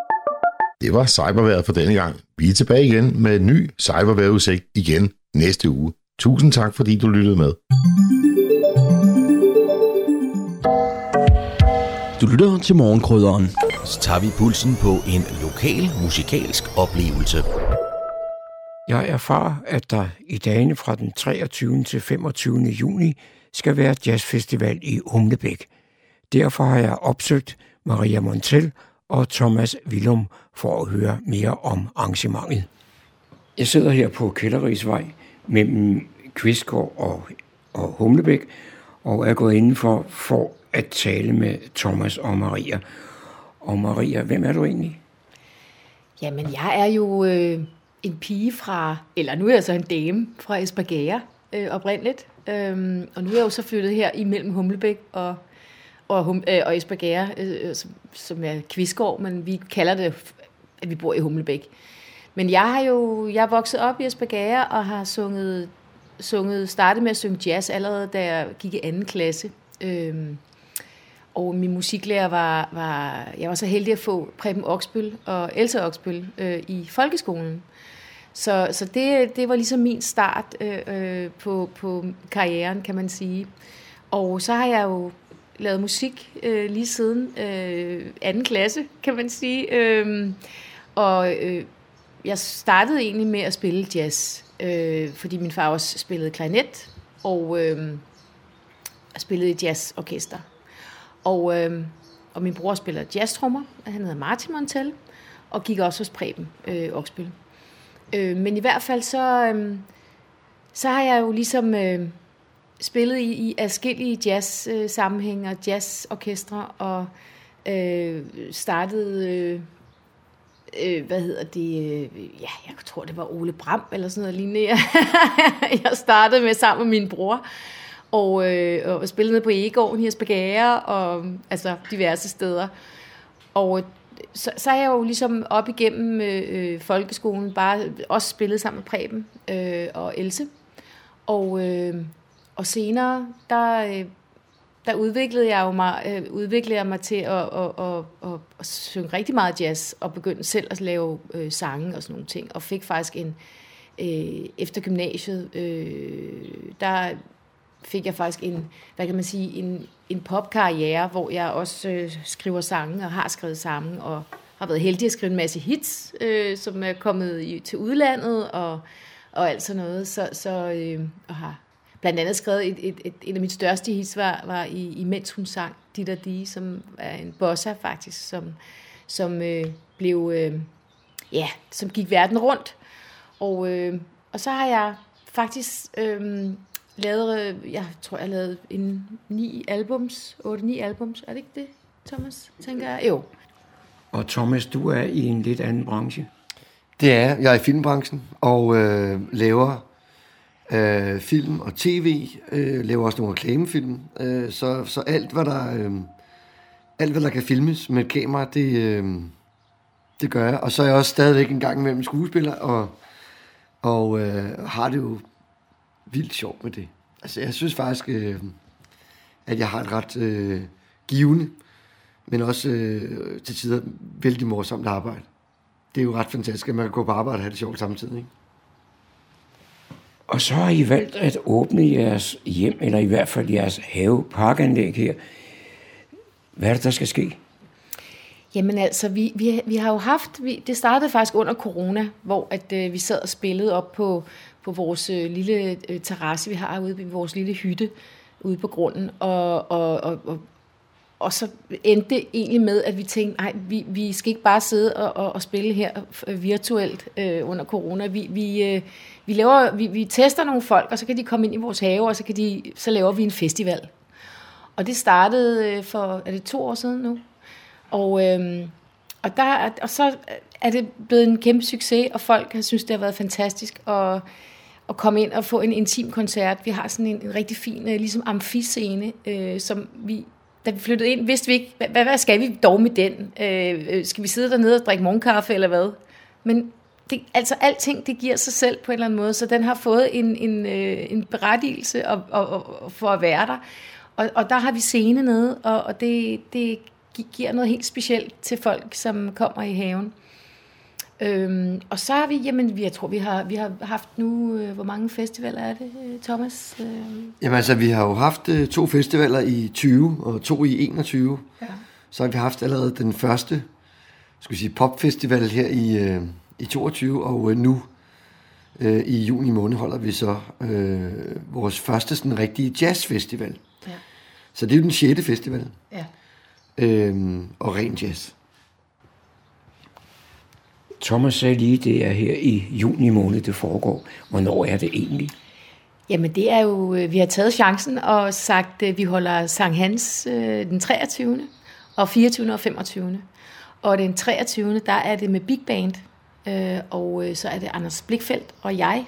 Det var cyberværet for denne gang. Vi er tilbage igen med en ny cyberværetudsigt igen næste uge. Tusind tak, fordi du lyttede med. Du lytter til Morgenkrydderen. Så tager vi pulsen på en lokal musikalsk oplevelse. Jeg erfarer, at der i dagene fra den treogtyvende til femogtyvende juni skal være jazzfestival i Humlebæk. Derfor har jeg opsøgt Maria Montel og Thomas Willum for at høre mere om arrangementet. Jeg sidder her på Kælderrigsvej mellem Kvistgård og, og Humlebæk og er gået indenfor for at tale med Thomas og Maria. Og Maria, hvem er du egentlig? Jamen, jeg er jo øh, en pige fra, eller nu er jeg så en dame fra Espergærde øh, oprindeligt. Øhm, og nu er jeg jo så flyttet her imellem Humlebæk og, og, hum, øh, og Espergærde, øh, som, som er Kvistgård, men vi kalder det, at vi bor i Humlebæk. Men jeg har jo, jeg er vokset op i Espergærde og har sunget, sunget, startet med at synge jazz allerede, da jeg gik i anden klasse. Øhm, og min musiklærer var, var, jeg var så heldig at få Preben Oksbøl og Else Oksbøl øh, i folkeskolen. Så, så det, det var ligesom min start øh, på, på karrieren, kan man sige. Og så har jeg jo lavet musik øh, lige siden øh, anden klasse, kan man sige. Øh, og øh, jeg startede egentlig med at spille jazz, øh, fordi min far også spillede klarinet og øh, spillede i jazzorkester. Og, øh, og min bror spiller jazztrommer, han hedder Martin Montel, og gik også hos Preben øh, Oksbøl. Øh, men i hvert fald så, øh, så har jeg jo ligesom øh, spillet i, i adskillige jazz-sammenhænge og jazzorkestre, og øh, startede, øh, øh, hvad hedder det, øh, ja, jeg tror det var Ole Bram eller sådan noget lignende. Jeg startede med sammen med min bror, og, øh, og spillede ned på Egegården i Espergærde, og altså diverse steder. Og så, så er jeg jo ligesom op igennem øh, folkeskolen bare også spillet sammen med Preben øh, og Else. Og, øh, og senere, der, øh, der udviklede jeg jo mig, øh, udviklede jeg mig til at, at, at, at, at synge rigtig meget jazz, og begyndte selv at lave øh, sange og sådan nogle ting. Og fik faktisk en, øh, efter gymnasiet, øh, der fik jeg faktisk en, hvad kan man sige, en, en popkarriere, hvor jeg også øh, skriver sange og har skrevet sange, og har været heldig at skrive en masse hits, øh, som er kommet i, til udlandet og, og alt sådan noget. Så, så øh, og har blandt andet skrevet et, et, et, en af mine største hits var, var i, i Mens hun sang Dit og Di, som er en bossa faktisk, som, som øh, blev, øh, ja, som gik verden rundt. Og, øh, og så har jeg faktisk øh, lavet, jeg tror, jeg har lavet en ni albums, otte ni albums. Er det ikke det, Thomas, tænker jeg? Jo. Og Thomas, du er i en lidt anden branche. Det er jeg er i filmbranchen og øh, laver øh, film og tv, øh, laver også nogle reklamefilm. Øh, så, så alt, hvad der, øh, alt, hvad der kan filmes med et kamera, det, øh, det gør jeg. Og så er jeg også stadigvæk en gang imellem skuespiller, og, og øh, har det jo vildt sjovt med det. Altså, jeg synes faktisk, øh, at jeg har et ret øh, givende, men også øh, til tider vældig morsomt arbejde. Det er jo ret fantastisk, at man kan gå på arbejde og have det sjovt samtidig, ikke? Og så har I valgt at åbne jeres hjem, eller i hvert fald jeres haveparkanlæg her. Hvad er det, der skal ske? Jamen altså, vi, vi, vi har jo haft, vi, det startede faktisk under corona, hvor at, øh, vi sad og spillede op på, på vores øh, lille øh, terrasse, vi har ude i vores lille hytte ude på grunden, og, og, og, og Og så endte det egentlig med, at vi tænkte, nej, vi, vi skal ikke bare sidde og, og, og spille her virtuelt øh, under corona. Vi, vi, øh, vi, laver, vi, vi tester nogle folk, og så kan de komme ind i vores have, og så, kan de, så laver vi en festival. Og det startede øh, for, er det to år siden nu? Og, øh, og, der, og så er det blevet en kæmpe succes, og folk har synes, det har været fantastisk at, at komme ind og få en intim koncert. Vi har sådan en, en rigtig fin, øh, ligesom amfiscene, øh, som vi... Da vi flyttede ind, vidste vi ikke, hvad, hvad skal vi dog med den? Øh, skal vi sidde dernede og drikke morgenkaffe, eller hvad? Men det, altså alting, det giver sig selv på en eller anden måde, så den har fået en, en, en berettigelse og, og, og for at være der. Og, og der har vi scene nede, og, og det, det giver noget helt specielt til folk, som kommer i haven. Øhm, og så har vi, jamen, jeg tror, vi har, vi har haft nu, øh, hvor mange festivaler er det, Thomas? Øh. Jamen altså, vi har jo haft øh, to festivaler i tyve og to i enogtyve. Ja. Så har vi haft allerede den første, skal vi sige, popfestival her i, øh, i toogtyve, og øh, nu øh, i juni måned holder vi så øh, vores første sådan rigtige jazzfestival. Ja. Så det er jo den sjette festival. Ja. Øhm, og ren jazz. Thomas sagde lige, det er her i juni måned, det foregår. Hvornår er det egentlig? Jamen det er jo, vi har taget chancen og sagt, at vi holder Sankt Hans den treogtyvende og fireogtyvende og femogtyvende. Og den treogtyvende, der er det med Big Band, og så er det Anders Blichfeldt og jeg.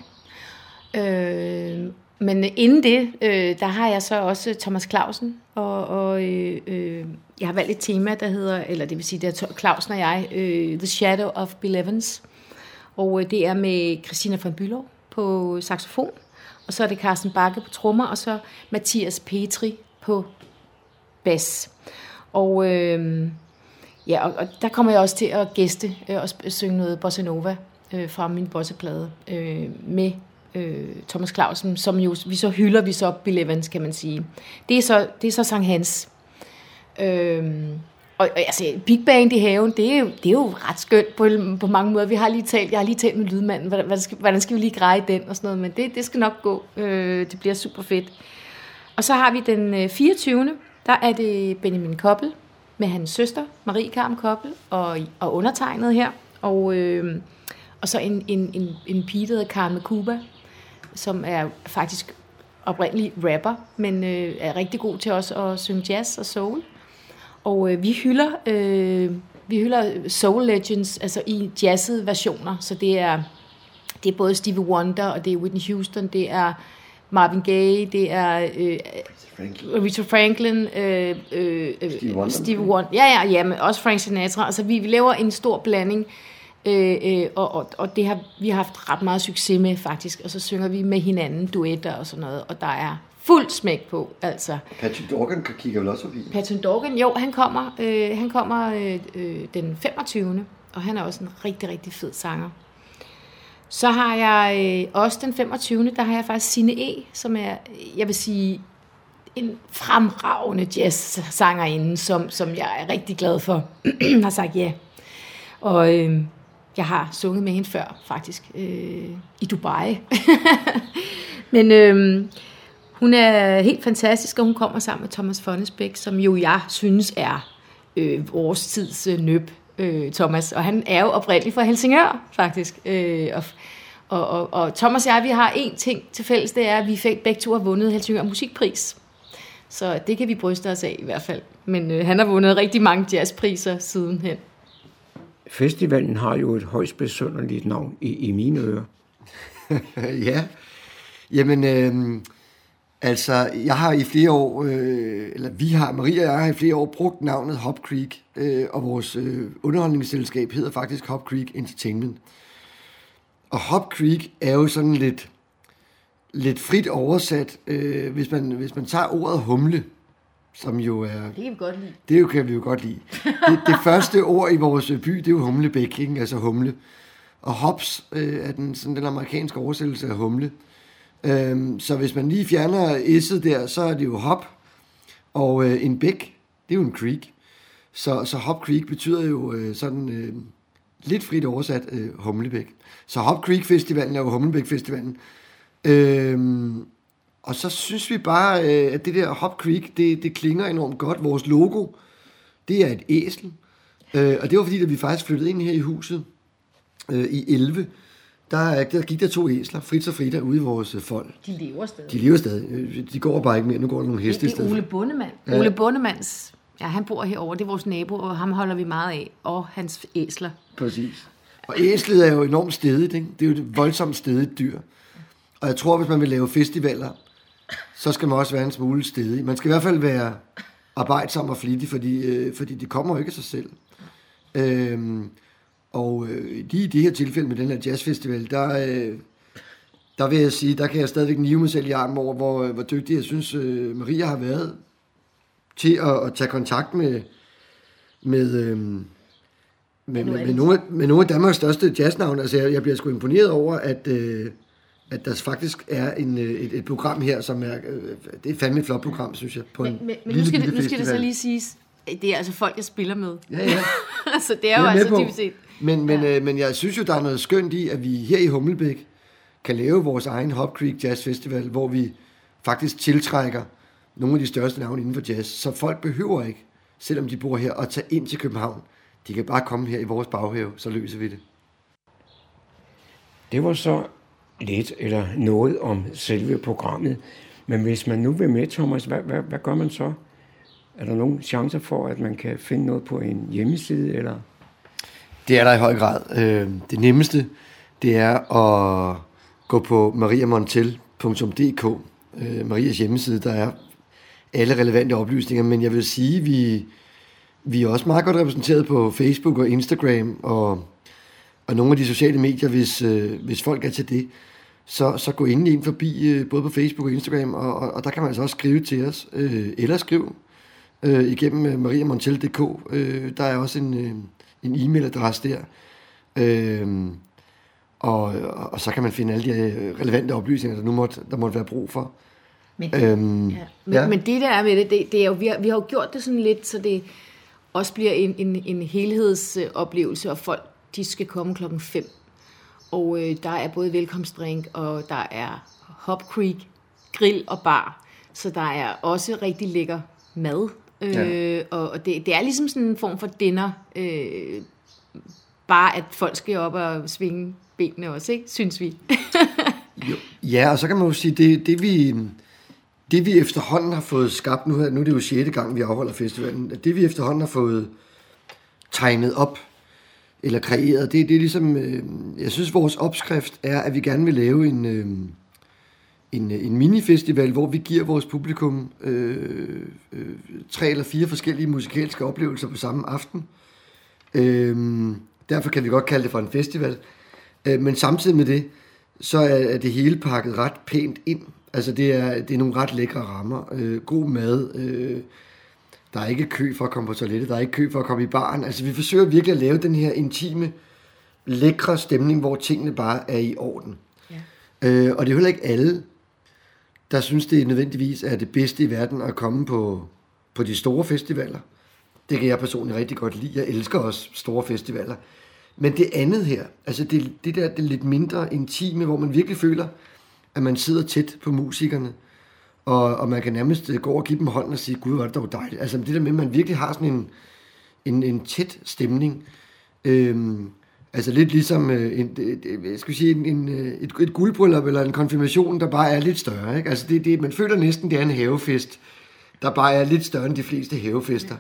Men inden det, der har jeg så også Thomas Clausen, og, og øh, jeg har valgt et tema, der hedder, eller det vil sige, det er Clausen og jeg, øh, The Shadow of Bill Evans. Og øh, det er med Christina von Bülow på saxofon, og så er det Carsten Bakke på trommer, og så Mathias Petri på bas. Og, øh, ja, og, og der kommer jeg også til at gæste øh, og synge noget bossa nova øh, fra min bosseplade øh, med øh, Thomas Clausen, som jo vi så hylder vi så Bill Evans, kan man sige. Det er så, det er så Sankt Hans. Øhm, og altså, Big Band i haven, det er jo, det er jo ret skønt på, på mange måder. Vi har lige talt, jeg har lige talt med lydmanden, hvordan, hvordan, skal, hvordan skal vi lige greje den og sådan noget, men det, det skal nok gå. Øh, det bliver super fedt. Og så har vi den fireogtyvende, der er det Benjamin Koppel med hans søster, Marie Karm Koppel, og, og undertegnet her. Og, øh, og så en, en, en, en pige, der hedder Carmen Cuba, som er faktisk oprindelig rapper, men øh, er rigtig god til også at synge jazz og soul. Og øh, vi hylder øh, vi hylder soul legends, altså i jazzede versioner, så det er det er både Stevie Wonder, og det er Whitney Houston, det er Marvin Gaye, det er øh, Aretha Franklin, øh, øh, Stevie Wonder, Stevie Wonder. Ja, ja, ja, men også Frank Sinatra. Altså vi, vi laver en stor blanding, øh, øh, og, og, og det har vi har haft ret meget succes med faktisk, og så synger vi med hinanden duetter og sådan noget, og der er fuld smæk på, altså. Patrick Dorgan kigger vel også forbi? Patrick Dorgan, jo, han kommer, øh, han kommer øh, øh, den femogtyvende, og han er også en rigtig, rigtig fed sanger. Så har jeg øh, også den femogtyvende, der har jeg faktisk Signe E., som er, jeg vil sige, en fremragende jazz-sangerinde, som, som jeg er rigtig glad for, har sagt ja. Og øh, jeg har sunget med hende før, faktisk, øh, i Dubai. Men øh, hun er helt fantastisk, og hun kommer sammen med Thomas Fonnesbæk, som jo jeg synes er øh, vores tids øh, nøb. øh, Thomas, og han er jo oprindeligt fra Helsingør, faktisk. Øh, og, og, og, og Thomas og jeg, vi har én ting til fælles, det er, at vi fik, begge to har vundet Helsingør Musikpris. Så det kan vi bryste os af i hvert fald. Men øh, han har vundet rigtig mange jazzpriser sidenhen. Festivalen har jo et højst besynderligt navn i, i mine ører. Ja, jamen øh, altså jeg har i flere år, øh, eller vi har, Maria og jeg har i flere år brugt navnet Hop Creek, øh, og vores øh, underholdningsselskab hedder faktisk Hop Creek Entertainment. Og Hop Creek er jo sådan lidt, lidt frit oversat, øh, hvis, man, hvis man tager ordet humle, som jo er... Det kan vi godt lide. Det jo, kan vi jo godt lide. Det, det første ord i vores by, det er jo humlebæk, ikke? Altså humle. Og hops øh, er den, sådan den amerikanske oversættelse af humle. Øhm, så hvis man lige fjerner s'et der, så er det jo hop. Og øh, en bæk, det er jo en creek. Så, så Hop Creek betyder jo øh, sådan øh, lidt frit oversat øh, humlebæk. Så Hop Creek Festivalen er jo Humlebæk Festivalen. Øhm, og så synes vi bare, øh, at det der Hop Creek, det, det klinger enormt godt. Vores logo, det er et æsel. Øh, og det var fordi, da vi faktisk flyttede ind her i huset øh, i elleve, der, der gik der to æsler, Fritz og Frida, ude i vores fold. De lever stadig. De lever stadig. De går bare ikke mere. Nu går der nogle heste i stedet. Det er Ole Bondemand. Ja. Ole Bondemands, ja, han bor herovre. Det er vores nabo, og ham holder vi meget af. Og hans æsler. Præcis. Og æslet er jo enormt stedigt, ikke? Det er jo et voldsomt stedigt dyr. Og jeg tror, hvis man vil lave festivaler, så skal man også være en smule stedig. Man skal i hvert fald være arbejdsom og flittig, fordi, øh, fordi det kommer jo ikke af sig selv. Øhm, og øh, lige i det her tilfælde med den her jazzfestival, der, øh, der vil jeg sige, der kan jeg stadigvæk nive mig selv i armen over, hvor, hvor dygtig jeg synes, øh, Maria har været til at, at tage kontakt med, med, øh, med, med, med, nogle, med nogle af Danmarks største jazznavne. Altså, jeg, jeg bliver sgu imponeret over, at, øh, at der faktisk er en, et, et program her, som er, øh, det er fandme et flot program, synes jeg, på en Men, men, men lille, nu, skal lille det, nu skal det så festival. lige siges, det er altså folk, jeg spiller med. Ja, ja. Så det er jo Jeg er altså med på. dybest set. Men, men, ja. øh, men jeg synes jo, der er noget skønt i, at vi her i Humlebæk kan lave vores egen Hop Creek Jazz Festival, hvor vi faktisk tiltrækker nogle af de største navne inden for jazz. Så folk behøver ikke, selvom de bor her, at tage ind til København. De kan bare komme her i vores baghave, så løser vi det. Det var så lidt eller noget om selve programmet. Men hvis man nu vil med, Thomas, hvad, hvad, hvad gør man så? Er der nogle chancer for, at man kan finde noget på en hjemmeside? Eller? Det er der i høj grad. Øh, det nemmeste, det er at gå på maria montel punktum d k, øh, Marias hjemmeside. Der er alle relevante oplysninger, men jeg vil sige, vi vi er også meget godt repræsenteret på Facebook og Instagram og, og nogle af de sociale medier, hvis, øh, hvis folk er til det. Så, så gå endelig ind forbi øh, både på Facebook og Instagram, og, og, og der kan man altså også skrive til os, øh, eller skrive øh, igennem øh, maria montel punktum d k. Øh, der er også en, øh, en e-mailadresse der. Øh, og, og så kan man finde alle de relevante oplysninger, der nu måtte, der måtte være brug for. Men, øhm, ja. Men, ja. men det der er med det, det, det er jo, vi, har, vi har jo gjort det sådan lidt, så det også bliver en, en, en helhedsoplevelse, og folk de skal komme klokken fem. Og øh, der er både velkomstdrink, og der er Hop Creek, grill og bar. Så der er også rigtig lækker mad. Øh, ja. Og, og det, det er ligesom sådan en form for dinner. Øh, bare at folk skal op og svinge benene også, ikke? Synes vi. Jo. Ja, og så kan man jo sige, det, det vi... Det vi efterhånden har fået skabt, nu, her, nu er det jo sjette gang, vi afholder festivalen, det vi efterhånden har fået tegnet op, eller kreeret, det, det er ligesom, øh, jeg synes vores opskrift er, at vi gerne vil lave en, øh, en, en minifestival, hvor vi giver vores publikum øh, øh, tre eller fire forskellige musikalske oplevelser på samme aften. Øh, derfor kan vi godt kalde det for en festival. Øh, men samtidig med det, så er, er det hele pakket ret pænt ind. Altså det er, det er nogle ret lækre rammer, øh, god mad, øh, der er ikke kø for at komme på toilettet, der er ikke kø for at komme i baren. Altså vi forsøger virkelig at lave den her intime, lækre stemning, hvor tingene bare er i orden. Ja. Øh, og det er heller ikke alle, der synes det nødvendigvis er det bedste i verden at komme på, på de store festivaler. Det kan jeg personligt rigtig godt lide, jeg elsker også store festivaler. Men det andet her, altså det, det der det lidt mindre intime, hvor man virkelig føler, at man sidder tæt på musikerne, og, og man kan nærmest gå og give dem hånden og sige, gud, hvor er det dog dejligt. Altså det der med, at man virkelig har sådan en, en, en tæt stemning, Øhm, altså lidt ligesom øh, en, jeg skal sige, en, en, et, et guldbryllup eller en konfirmation, der bare er lidt større. Ikke? Altså det, det, man føler næsten, det er en havefest, der bare er lidt større end de fleste havefester.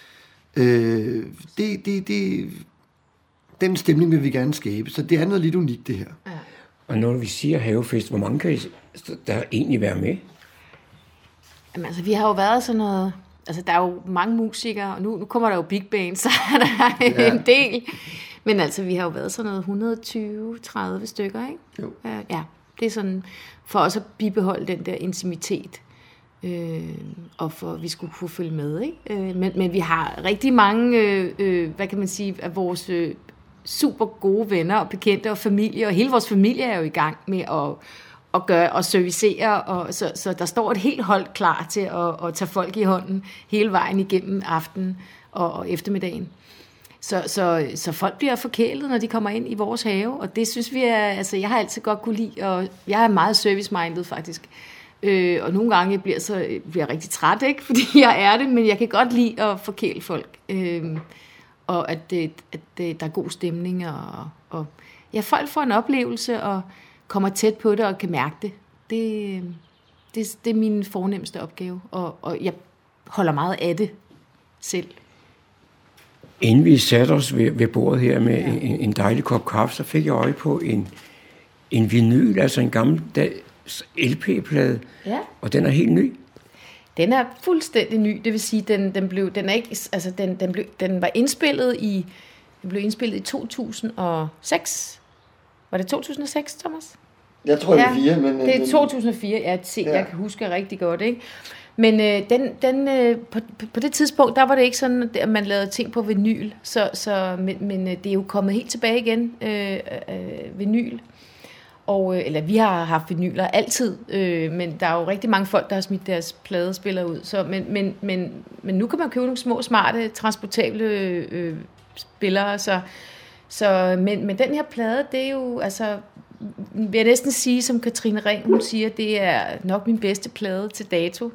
Øh, det, det, det, den stemning vil vi gerne skabe, så det er noget lidt unikt, det her. Ja. Og når vi siger havefest, hvor mange kan I, der egentlig være med? Jamen, altså, vi har jo været sådan noget... Altså, der er jo mange musikere, og nu, nu kommer der jo big band, så der er ja. en del. Men altså, vi har jo været sådan noget et hundrede og tyve til tredive stykker, ikke? Jo. Ja, det er sådan for os at bibeholde den der intimitet, øh, og for at vi skulle kunne følge med, ikke? Øh, men, men vi har rigtig mange, øh, øh, hvad kan man sige, af vores øh, super gode venner og bekendte og familie, og hele vores familie er jo i gang med at og gøre og servicere, og så, så der står et helt hold klar til at, at tage folk i hånden hele vejen igennem aftenen og, og eftermiddagen. Så, så, så folk bliver forkælet, når de kommer ind i vores have, og det synes vi er, altså jeg har altid godt kunne lide, og jeg er meget service-minded faktisk. Øh, og nogle gange bliver så bliver jeg rigtig træt, ikke, fordi jeg er det, men jeg kan godt lide at forkæle folk, øh, og at, det, at det, der er god stemning, og, og ja, folk får en oplevelse, og kommer tæt på det og kan mærke det. Det, det, det er min fornemmeste opgave, og, og jeg holder meget af det selv. Inden vi satte os ved, ved bordet her med ja. en, en dejlig kop kaffe, så fik jeg øje på en, en vinyl, altså en gammel L P-plade, ja. Og den er helt ny. Den er fuldstændig ny, det vil sige, den, den blev, den er ikke, altså den, den, blev, den var indspillet i, den blev indspillet i to tusind og seks. Var det to tusind og seks, Thomas? Jeg tror, det er fire, men... Det er to tusind og fire, ja, se, ja. Jeg kan huske rigtig godt, ikke? Men øh, den, den, øh, på, på det tidspunkt, der var det ikke sådan, at man lavede ting på vinyl, så, så, men, men det er jo kommet helt tilbage igen, øh, øh, vinyl. Og, øh, eller vi har haft vinyler altid, øh, men der er jo rigtig mange folk, der har smidt deres pladespillere ud. Så, men, men, men, men nu kan man købe nogle små, smarte, transportable øh, spillere, så... Så, men, men den her plade, det er jo, altså, vil jeg næsten sige, som Katrine Ring, hun siger, det er nok min bedste plade til dato.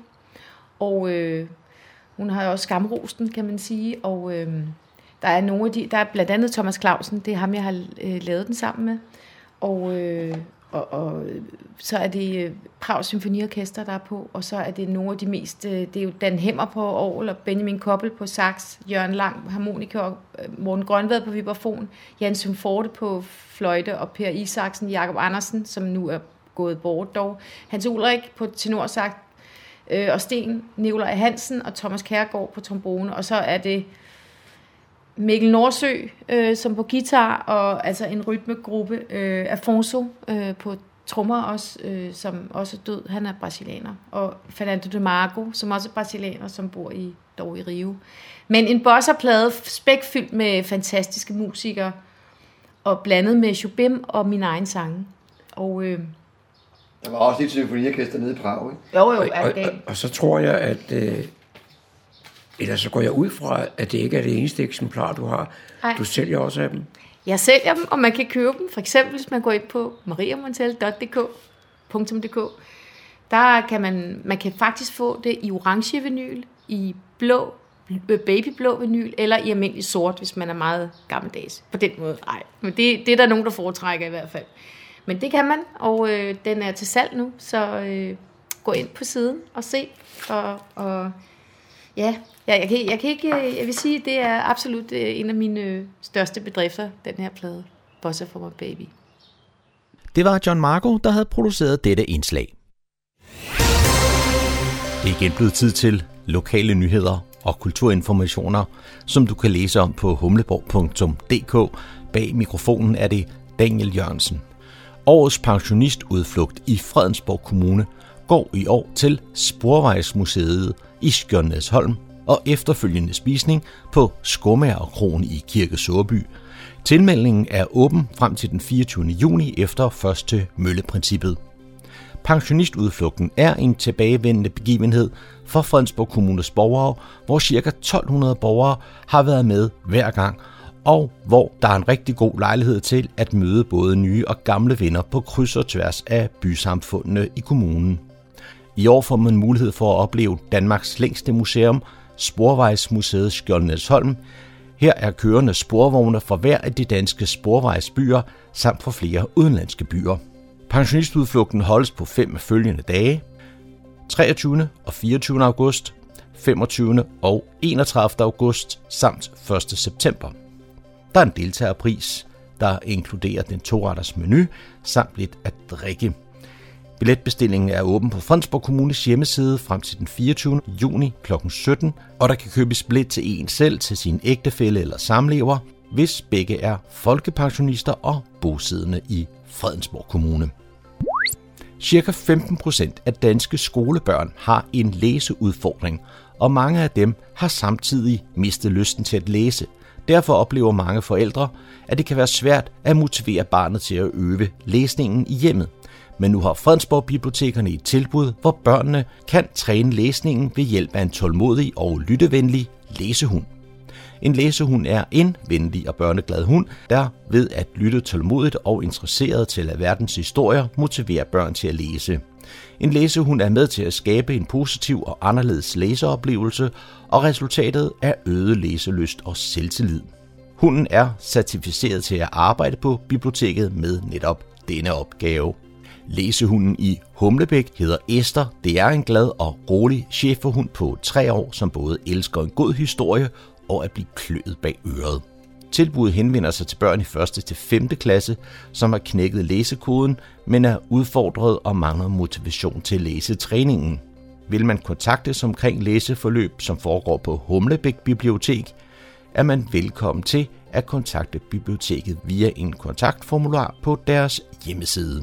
Og øh, hun har også skamrosten, kan man sige. Og øh, der er nogle af de, der er blandt andet Thomas Clausen, det er ham, jeg har øh, lavet den sammen med. Og, øh, og, og så er det øh, Prag Symfoniorkester, der er på, og så er det nogle af de mest, øh, det er jo Dan Hemmer på orgel, og Benjamin Koppel på sax, Jørgen Lang harmonika, og øh, Morten Grønvad på vibrafon, Jan Sumforte på fløjte, og Per Isaksen, Jakob Andersen, som nu er gået bort dog, Hans Ulrik på tenorsax, øh, og Sten Nikolaj Hansen og Thomas Kjærgaard på trombone, og så er det Mikkel Nordsø, øh, som på guitar, og altså en rytmegruppe, øh, Afonso øh, på trommer også, øh, som også er død, han er brasilianer, og Fernando de Marco, som også er brasilianer, som bor i, dog i Rio. Men en bosserplade, spækfyldt med fantastiske musikere, og blandet med Jobim og mine egne sange. Og, øh, der var også lidt symfoniorkester nede i Prag, ikke? Jo, jo, og, og, og, og så tror jeg, at... Øh Ellers så går jeg ud fra, at det ikke er det eneste eksemplar, du har. Ej. Du sælger også af dem. Jeg sælger dem, og man kan købe dem. For eksempel, hvis man går ind på mariamontel punktum d k. Der kan man, man kan faktisk få det i orange vinyl, i blå, babyblå vinyl, eller i almindelig sort, hvis man er meget gammeldags. På den måde, nej. Men det, det er der nogen, der foretrækker i hvert fald. Men det kan man, og øh, den er til salg nu, så øh, gå ind på siden og se. Og, og ja, jeg kan, jeg kan ikke, jeg vil sige, det er absolut en af mine største bedrifter, den her plade, Bossa for my baby. Det var John Marco, der havde produceret dette indslag. Det er igen blevet tid til lokale nyheder og kulturinformationer, som du kan læse om på humleborg punktum d k. Bag mikrofonen er det Daniel Jørgensen. Årets pensionistudflugt i Fredensborg Kommune går i år til Sporvejsmuseet i Skjørnæsholm og efterfølgende spisning på Skummagerkroen i Kirke Sårby. Tilmeldingen er åben frem til den fireogtyvende juni efter første mølleprincippet. Pensionistudflugten er en tilbagevendende begivenhed for Fredensborg Kommunes borgere, hvor ca. tolv hundrede borgere har været med hver gang, og hvor der er en rigtig god lejlighed til at møde både nye og gamle venner på kryds og tværs af bysamfundene i kommunen. I år får man mulighed for at opleve Danmarks længste museum, Sporvejsmuseet Skjoldenæsholm. Her er kørende sporvogne fra hver af de danske sporvejsbyer, samt fra flere udenlandske byer. Pensionistudflugten holdes på fem følgende dage: treogtyvende og fireogtyvende august, femogtyvende og enogtredivte august samt første september. Der er en deltagerpris, der inkluderer den to-retters menu samt lidt at drikke. Billetbestillingen er åben på Fredensborg Kommunes hjemmeside frem til den fireogtyvende juni klokken sytten, og der kan købes billet til en selv, til sin ægtefælle eller samlever, hvis begge er folkepensionister og bosiddende i Fredensborg Kommune. Cirka femten procent af danske skolebørn har en læseudfordring, og mange af dem har samtidig mistet lysten til at læse. Derfor oplever mange forældre, at det kan være svært at motivere barnet til at øve læsningen i hjemmet. Men nu har Fredensborg Bibliotekerne et tilbud, hvor børnene kan træne læsningen ved hjælp af en tålmodig og lyttevenlig læsehund. En læsehund er en venlig og børneglad hund, der ved at lytte tålmodigt og interesseret til at verdens historier motiverer børn til at læse. En læsehund er med til at skabe en positiv og anderledes læseoplevelse, og resultatet er øget læselyst og selvtillid. Hunden er certificeret til at arbejde på biblioteket med netop denne opgave. Læsehunden i Humlebæk hedder Esther. Det er en glad og rolig schæferhund på tre år, som både elsker en god historie og at blive kløet bag øret. Tilbuddet henvender sig til børn i første til femte klasse, som har knækket læsekoden, men er udfordret og mangler motivation til læsetræningen. Vil man kontaktes omkring læseforløb, som foregår på Humlebæk Bibliotek, er man velkommen til at kontakte biblioteket via en kontaktformular på deres hjemmeside.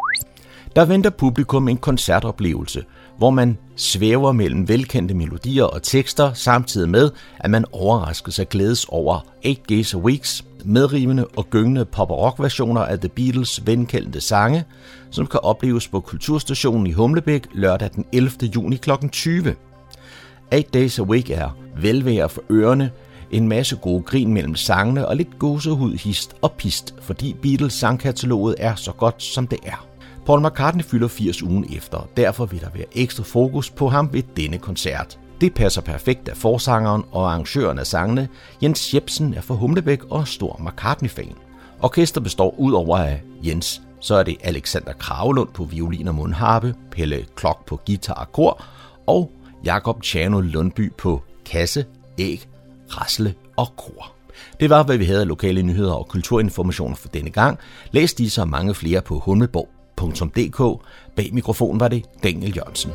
Der venter publikum en koncertoplevelse, hvor man svæver mellem velkendte melodier og tekster, samtidig med, at man overraskes og glædes over Eight Days a Weeks, medrivende og gyngende pop- og rock-versioner af The Beatles' venkendte sange, som kan opleves på Kulturstationen i Humlebæk lørdag den ellevte juni klokken tyve. Eight Days a Week er velvære for ørerne, en masse gode grin mellem sangene og lidt gåsehud, hist og pist, fordi Beatles sangkataloget er så godt, som det er. Paul McCartney fylder firs ugen efter, og derfor vil der være ekstra fokus på ham ved denne koncert. Det passer perfekt af forsangeren og arrangøren af sangene. Jens Jepsen er fra Humlebæk og stor McCartney-fan. Orkester består ud over af Jens, så er det Alexander Kragelund på violin og mundharpe, Pelle Klok på guitar og kor, og Jakob Tjano Lundby på kasse, æg, rasle og kor. Det var, hvad vi havde af lokale nyheder og kulturinformationer for denne gang. Læs disse og mange flere på humleborg punktum d k. Bag mikrofonen var det Daniel Jørgensen.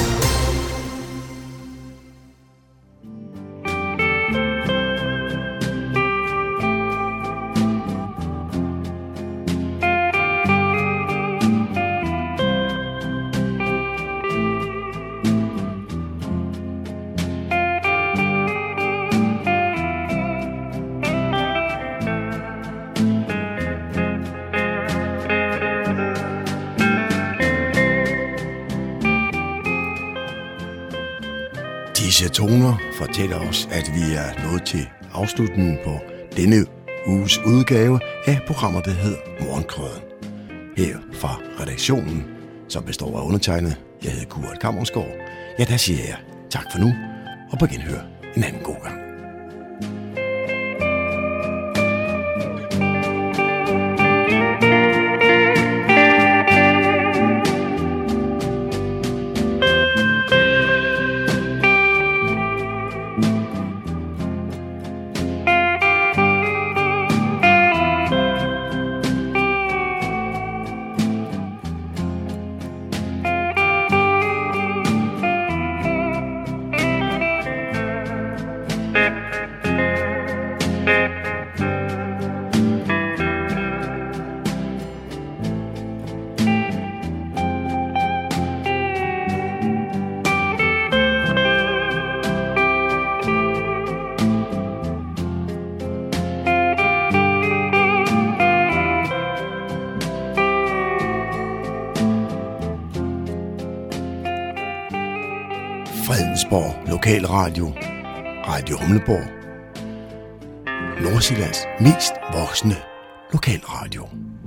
Disse toner fortæller os, at vi er nået til afslutningen på denne uges udgave af programmet, der hedder Morgenkrøden. Her fra redaktionen, som består af undertegnet, jeg hedder Kurt Kammersgaard. Ja, der siger jeg tak for nu, og på genhør en anden god gang. Fredensborg Lokalradio, Radio Humleborg, Nordsjællands mest voksne lokalradio.